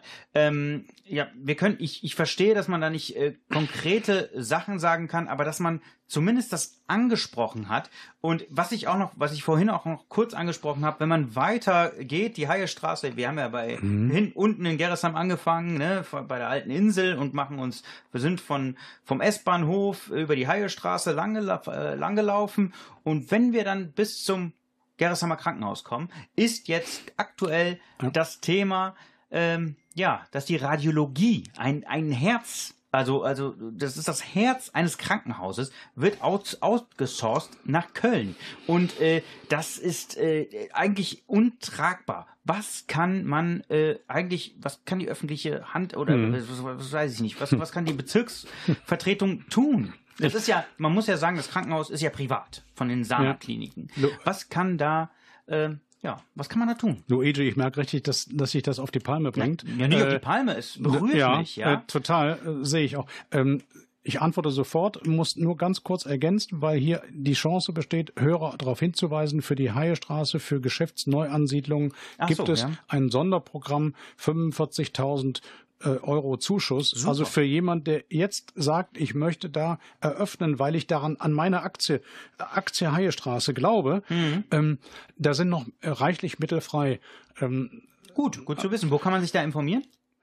Ich verstehe, dass man da nicht konkrete Sachen sagen kann, aber dass man zumindest das angesprochen hat. Und was ich vorhin auch noch kurz angesprochen habe, wenn man weiter geht, die Haiestraße, wir haben ja unten in Gerresheim angefangen, ne, bei der alten Insel und wir sind vom S-Bahnhof über die Haiestraße lang gelaufen. Und wenn wir dann bis zum Gerresheimer Krankenhaus kommen, ist jetzt aktuell das Thema, dass die Radiologie ein Herz, also das ist das Herz eines Krankenhauses, wird outgesourced nach Köln. Und das ist eigentlich untragbar. Was kann die öffentliche Hand oder was weiß ich nicht, was kann die Bezirksvertretung tun? Das ist ja, man muss ja sagen, das Krankenhaus ist ja privat von den Sana-Kliniken. Was kann man da tun? Luigi, ich merke richtig, dass sich das auf die Palme bringt. Ja, nicht auf die Palme, es berührt mich, ja. Total, sehe ich auch. Ich antworte sofort, muss nur ganz kurz ergänzen, weil hier die Chance besteht, Hörer darauf hinzuweisen, für die Haiestraße, für Geschäftsneuansiedlungen gibt es ein Sonderprogramm, 45.000 Euro Zuschuss. Super. Also für jemand, der jetzt sagt, ich möchte da eröffnen, weil ich an meine Aktie Haiestraße glaube, da sind noch reichlich Mittel frei. Gut zu wissen. Wo kann man sich da informieren?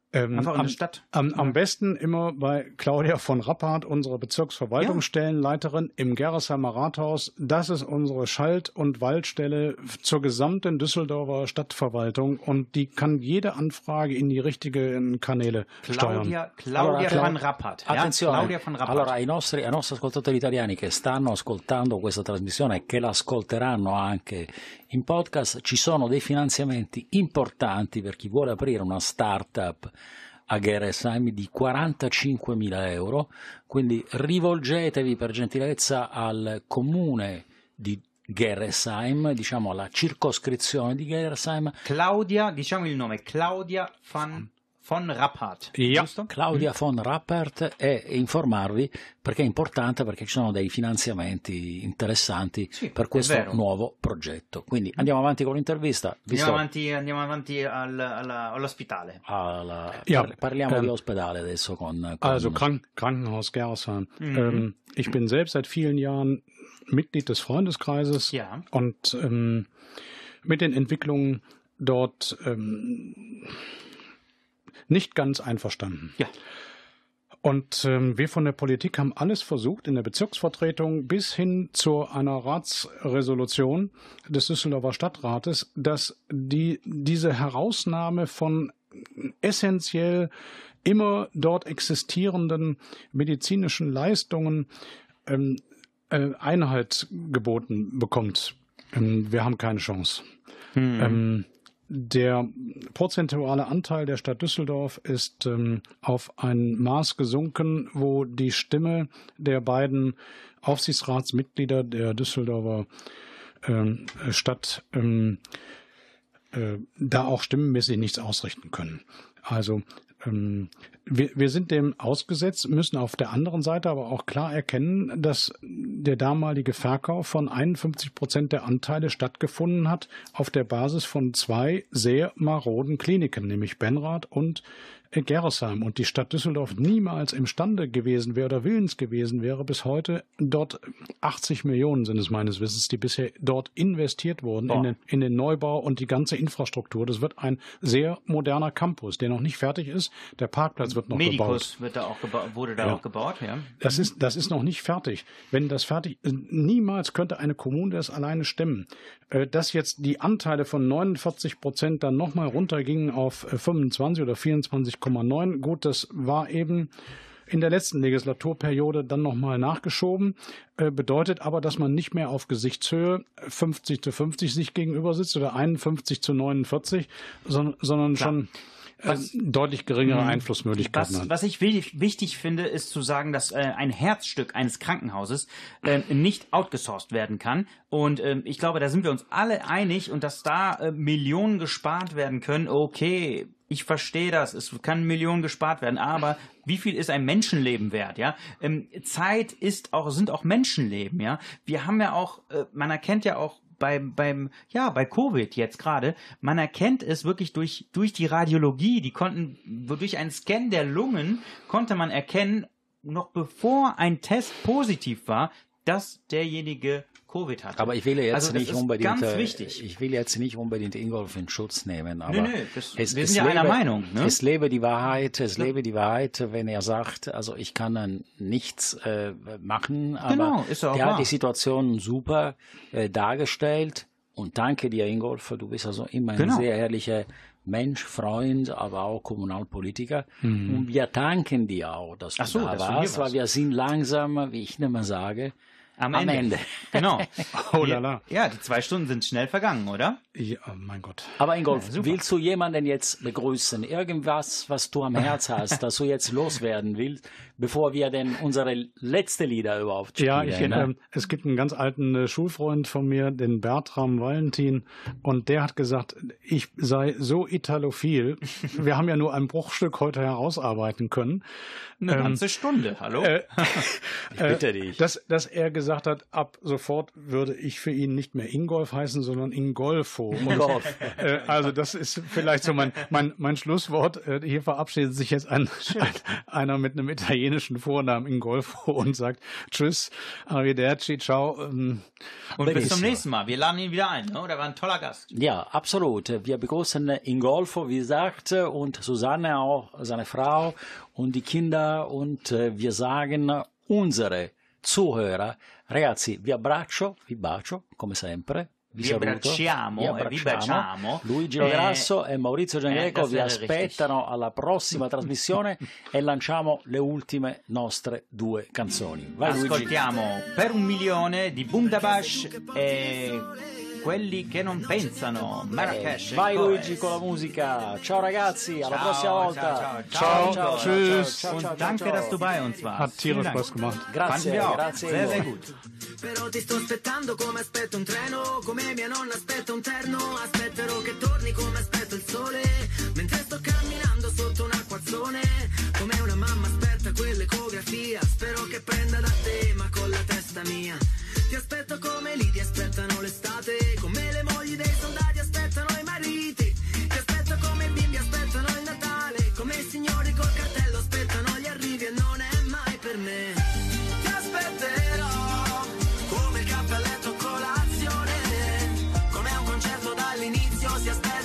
Einfach in der Stadt. Am besten immer bei Claudia von Rappard, unsere Bezirksverwaltungsstellenleiterin im Gerresheimer Rathaus. Das ist unsere Schalt- und Waltstelle zur gesamten Düsseldorfer Stadtverwaltung und die kann jede Anfrage in die richtigen Kanäle steuern. Claudia von Rappard. Attenzione, Claudia von Rappard. allora ai nostri ascoltatori italiani che stanno ascoltando questa trasmissione e che l'ascolteranno anche in podcast, ci sono dei finanziamenti importanti per chi vuole aprire una start-up a Gerresheim di 45.000 euro, quindi rivolgetevi per gentilezza al comune di Gerresheim, diciamo alla circoscrizione di Gerresheim. Claudia, diciamo il nome, Claudia von Rappard. Ja. Giusto? Claudia von Rappard e informarvi perché è importante, perché ci sono dei finanziamenti interessanti per questo nuovo progetto. Quindi andiamo avanti con l'intervista. Andiamo avanti all'ospedale. Parliamo di ospedale adesso con Also Krankenhaus Gerresheim. Ich bin selbst seit vielen Jahren Mitglied des Freundeskreises und mit den Entwicklungen dort nicht ganz einverstanden. Ja. Und wir von der Politik haben alles versucht, in der Bezirksvertretung bis hin zu einer Ratsresolution des Düsseldorfer Stadtrates, dass diese Herausnahme von essentiell immer dort existierenden medizinischen Leistungen Einhalt geboten bekommt. Wir haben keine Chance. Der prozentuale Anteil der Stadt Düsseldorf ist auf ein Maß gesunken, wo die Stimme der beiden Aufsichtsratsmitglieder der Düsseldorfer Stadt da auch stimmenmäßig nichts ausrichten können. Also wir sind dem ausgesetzt, müssen auf der anderen Seite aber auch klar erkennen, dass der damalige Verkauf von 51% der Anteile stattgefunden hat auf der Basis von 2 sehr maroden Kliniken, nämlich Benrath und Gerresheim. Und die Stadt Düsseldorf niemals imstande gewesen wäre oder willens gewesen wäre, bis heute dort 80 Millionen sind es meines Wissens, die bisher dort investiert wurden in den Neubau und die ganze Infrastruktur. Das wird ein sehr moderner Campus, der noch nicht fertig ist. Der Parkplatz wird noch gebaut. Wurde da auch gebaut, ja. Das ist noch nicht fertig. Wenn das fertig ist, niemals könnte eine Kommune das alleine stemmen. Dass jetzt die Anteile von 49% dann nochmal runtergingen auf 25 oder 24,9. Gut, das war eben in der letzten Legislaturperiode dann nochmal nachgeschoben. Bedeutet aber, dass man nicht mehr auf Gesichtshöhe 50:50 sich gegenüber sitzt oder 51:49, sondern schon deutlich geringere Einflussmöglichkeiten hat. Was ich wichtig finde, ist zu sagen, dass ein Herzstück eines Krankenhauses nicht outgesourced werden kann. Und ich glaube, da sind wir uns alle einig und dass da Millionen gespart werden können. Okay, ich verstehe das, es kann Millionen gespart werden, aber wie viel ist ein Menschenleben wert, ja? Zeit sind auch Menschenleben, ja? Wir haben ja auch, man erkennt ja auch bei Covid jetzt gerade, man erkennt es wirklich durch die Radiologie, durch einen Scan der Lungen konnte man erkennen, noch bevor ein Test positiv war, dass derjenige Covid hatte. Aber ich will jetzt nicht unbedingt, ganz wichtig. Ich will jetzt nicht unbedingt Ingolf in Schutz nehmen, aber wir sind ja einer Meinung. Ne? Es lebe die Wahrheit, wenn er sagt, also ich kann dann nichts machen, aber der hat die Situation super dargestellt und danke dir, Ingolf, du bist also immer ein sehr ehrlicher Mensch, Freund, aber auch Kommunalpolitiker. Und wir danken dir auch, dass du da warst, weil wir sind langsam, wie ich immer sage, am Ende. Genau. Oh lala. Ja, die 2 Stunden sind schnell vergangen, oder? Ja, mein Gott. Aber Ingolf, willst du jemanden jetzt begrüßen? Irgendwas, was du am Herz hast, das du jetzt loswerden willst, bevor wir denn unsere letzte Lieder überhaupt spielen? Ja, es gibt einen ganz alten Schulfreund von mir, den Bertram Valentin, und der hat gesagt, ich sei so italophil. Wir haben ja nur ein Bruchstück heute herausarbeiten können. Eine ganze Stunde, hallo? Ich bitte dich. Dass er gesagt gesagt hat, ab sofort würde ich für ihn nicht mehr Ingolf heißen, sondern Ingolfo. Ingolf. Also das ist vielleicht so mein Schlusswort. Hier verabschiedet sich jetzt einer mit einem italienischen Vornamen Ingolfo und sagt Tschüss, arrivederci, ciao. Und bis zum nächsten Mal. Wir laden ihn wieder ein, ne? Der war ein toller Gast. Ja, absolut. Wir begrüßen Ingolfo, wie gesagt, und Susanne auch, seine Frau und die Kinder. Und wir sagen unsere Zuhörer, ragazzi, vi bacio, come sempre. Vi abbracciamo. Luigi Grasso e Maurizio Giangreco vi aspettano alla prossima trasmissione e lanciamo le ultime nostre 2 canzoni. Vai, Ascoltiamo Per 1 milione di Bundabash e Quelli che non pensano, Marrakesh. Vai Luigi con la musica. Ciao ragazzi, alla prossima volta. Ciao, tschüss. Und danke, dass du bei uns warst. Hat tierisch Spaß gemacht. Grazie, grazie. Sehr, sehr gut. Però ti sto aspettando come aspetto un treno, come mia nonna aspetta un terno, aspetterò che torni come aspetto il sole, mentre sto camminando sotto un acquazzone, come una mamma aspetta quell'ecografia, spero che prenda da te ma con la testa mia, ti aspetto come lì ti aspettano l'estate, come le mogli dei soldati aspettano i mariti, ti aspetto come i bimbi aspettano il Natale, come i signori col cartello aspettano gli arrivi e non è mai per me, ti aspetterò come il cappelletto colazione, come a un concerto dall'inizio si aspetta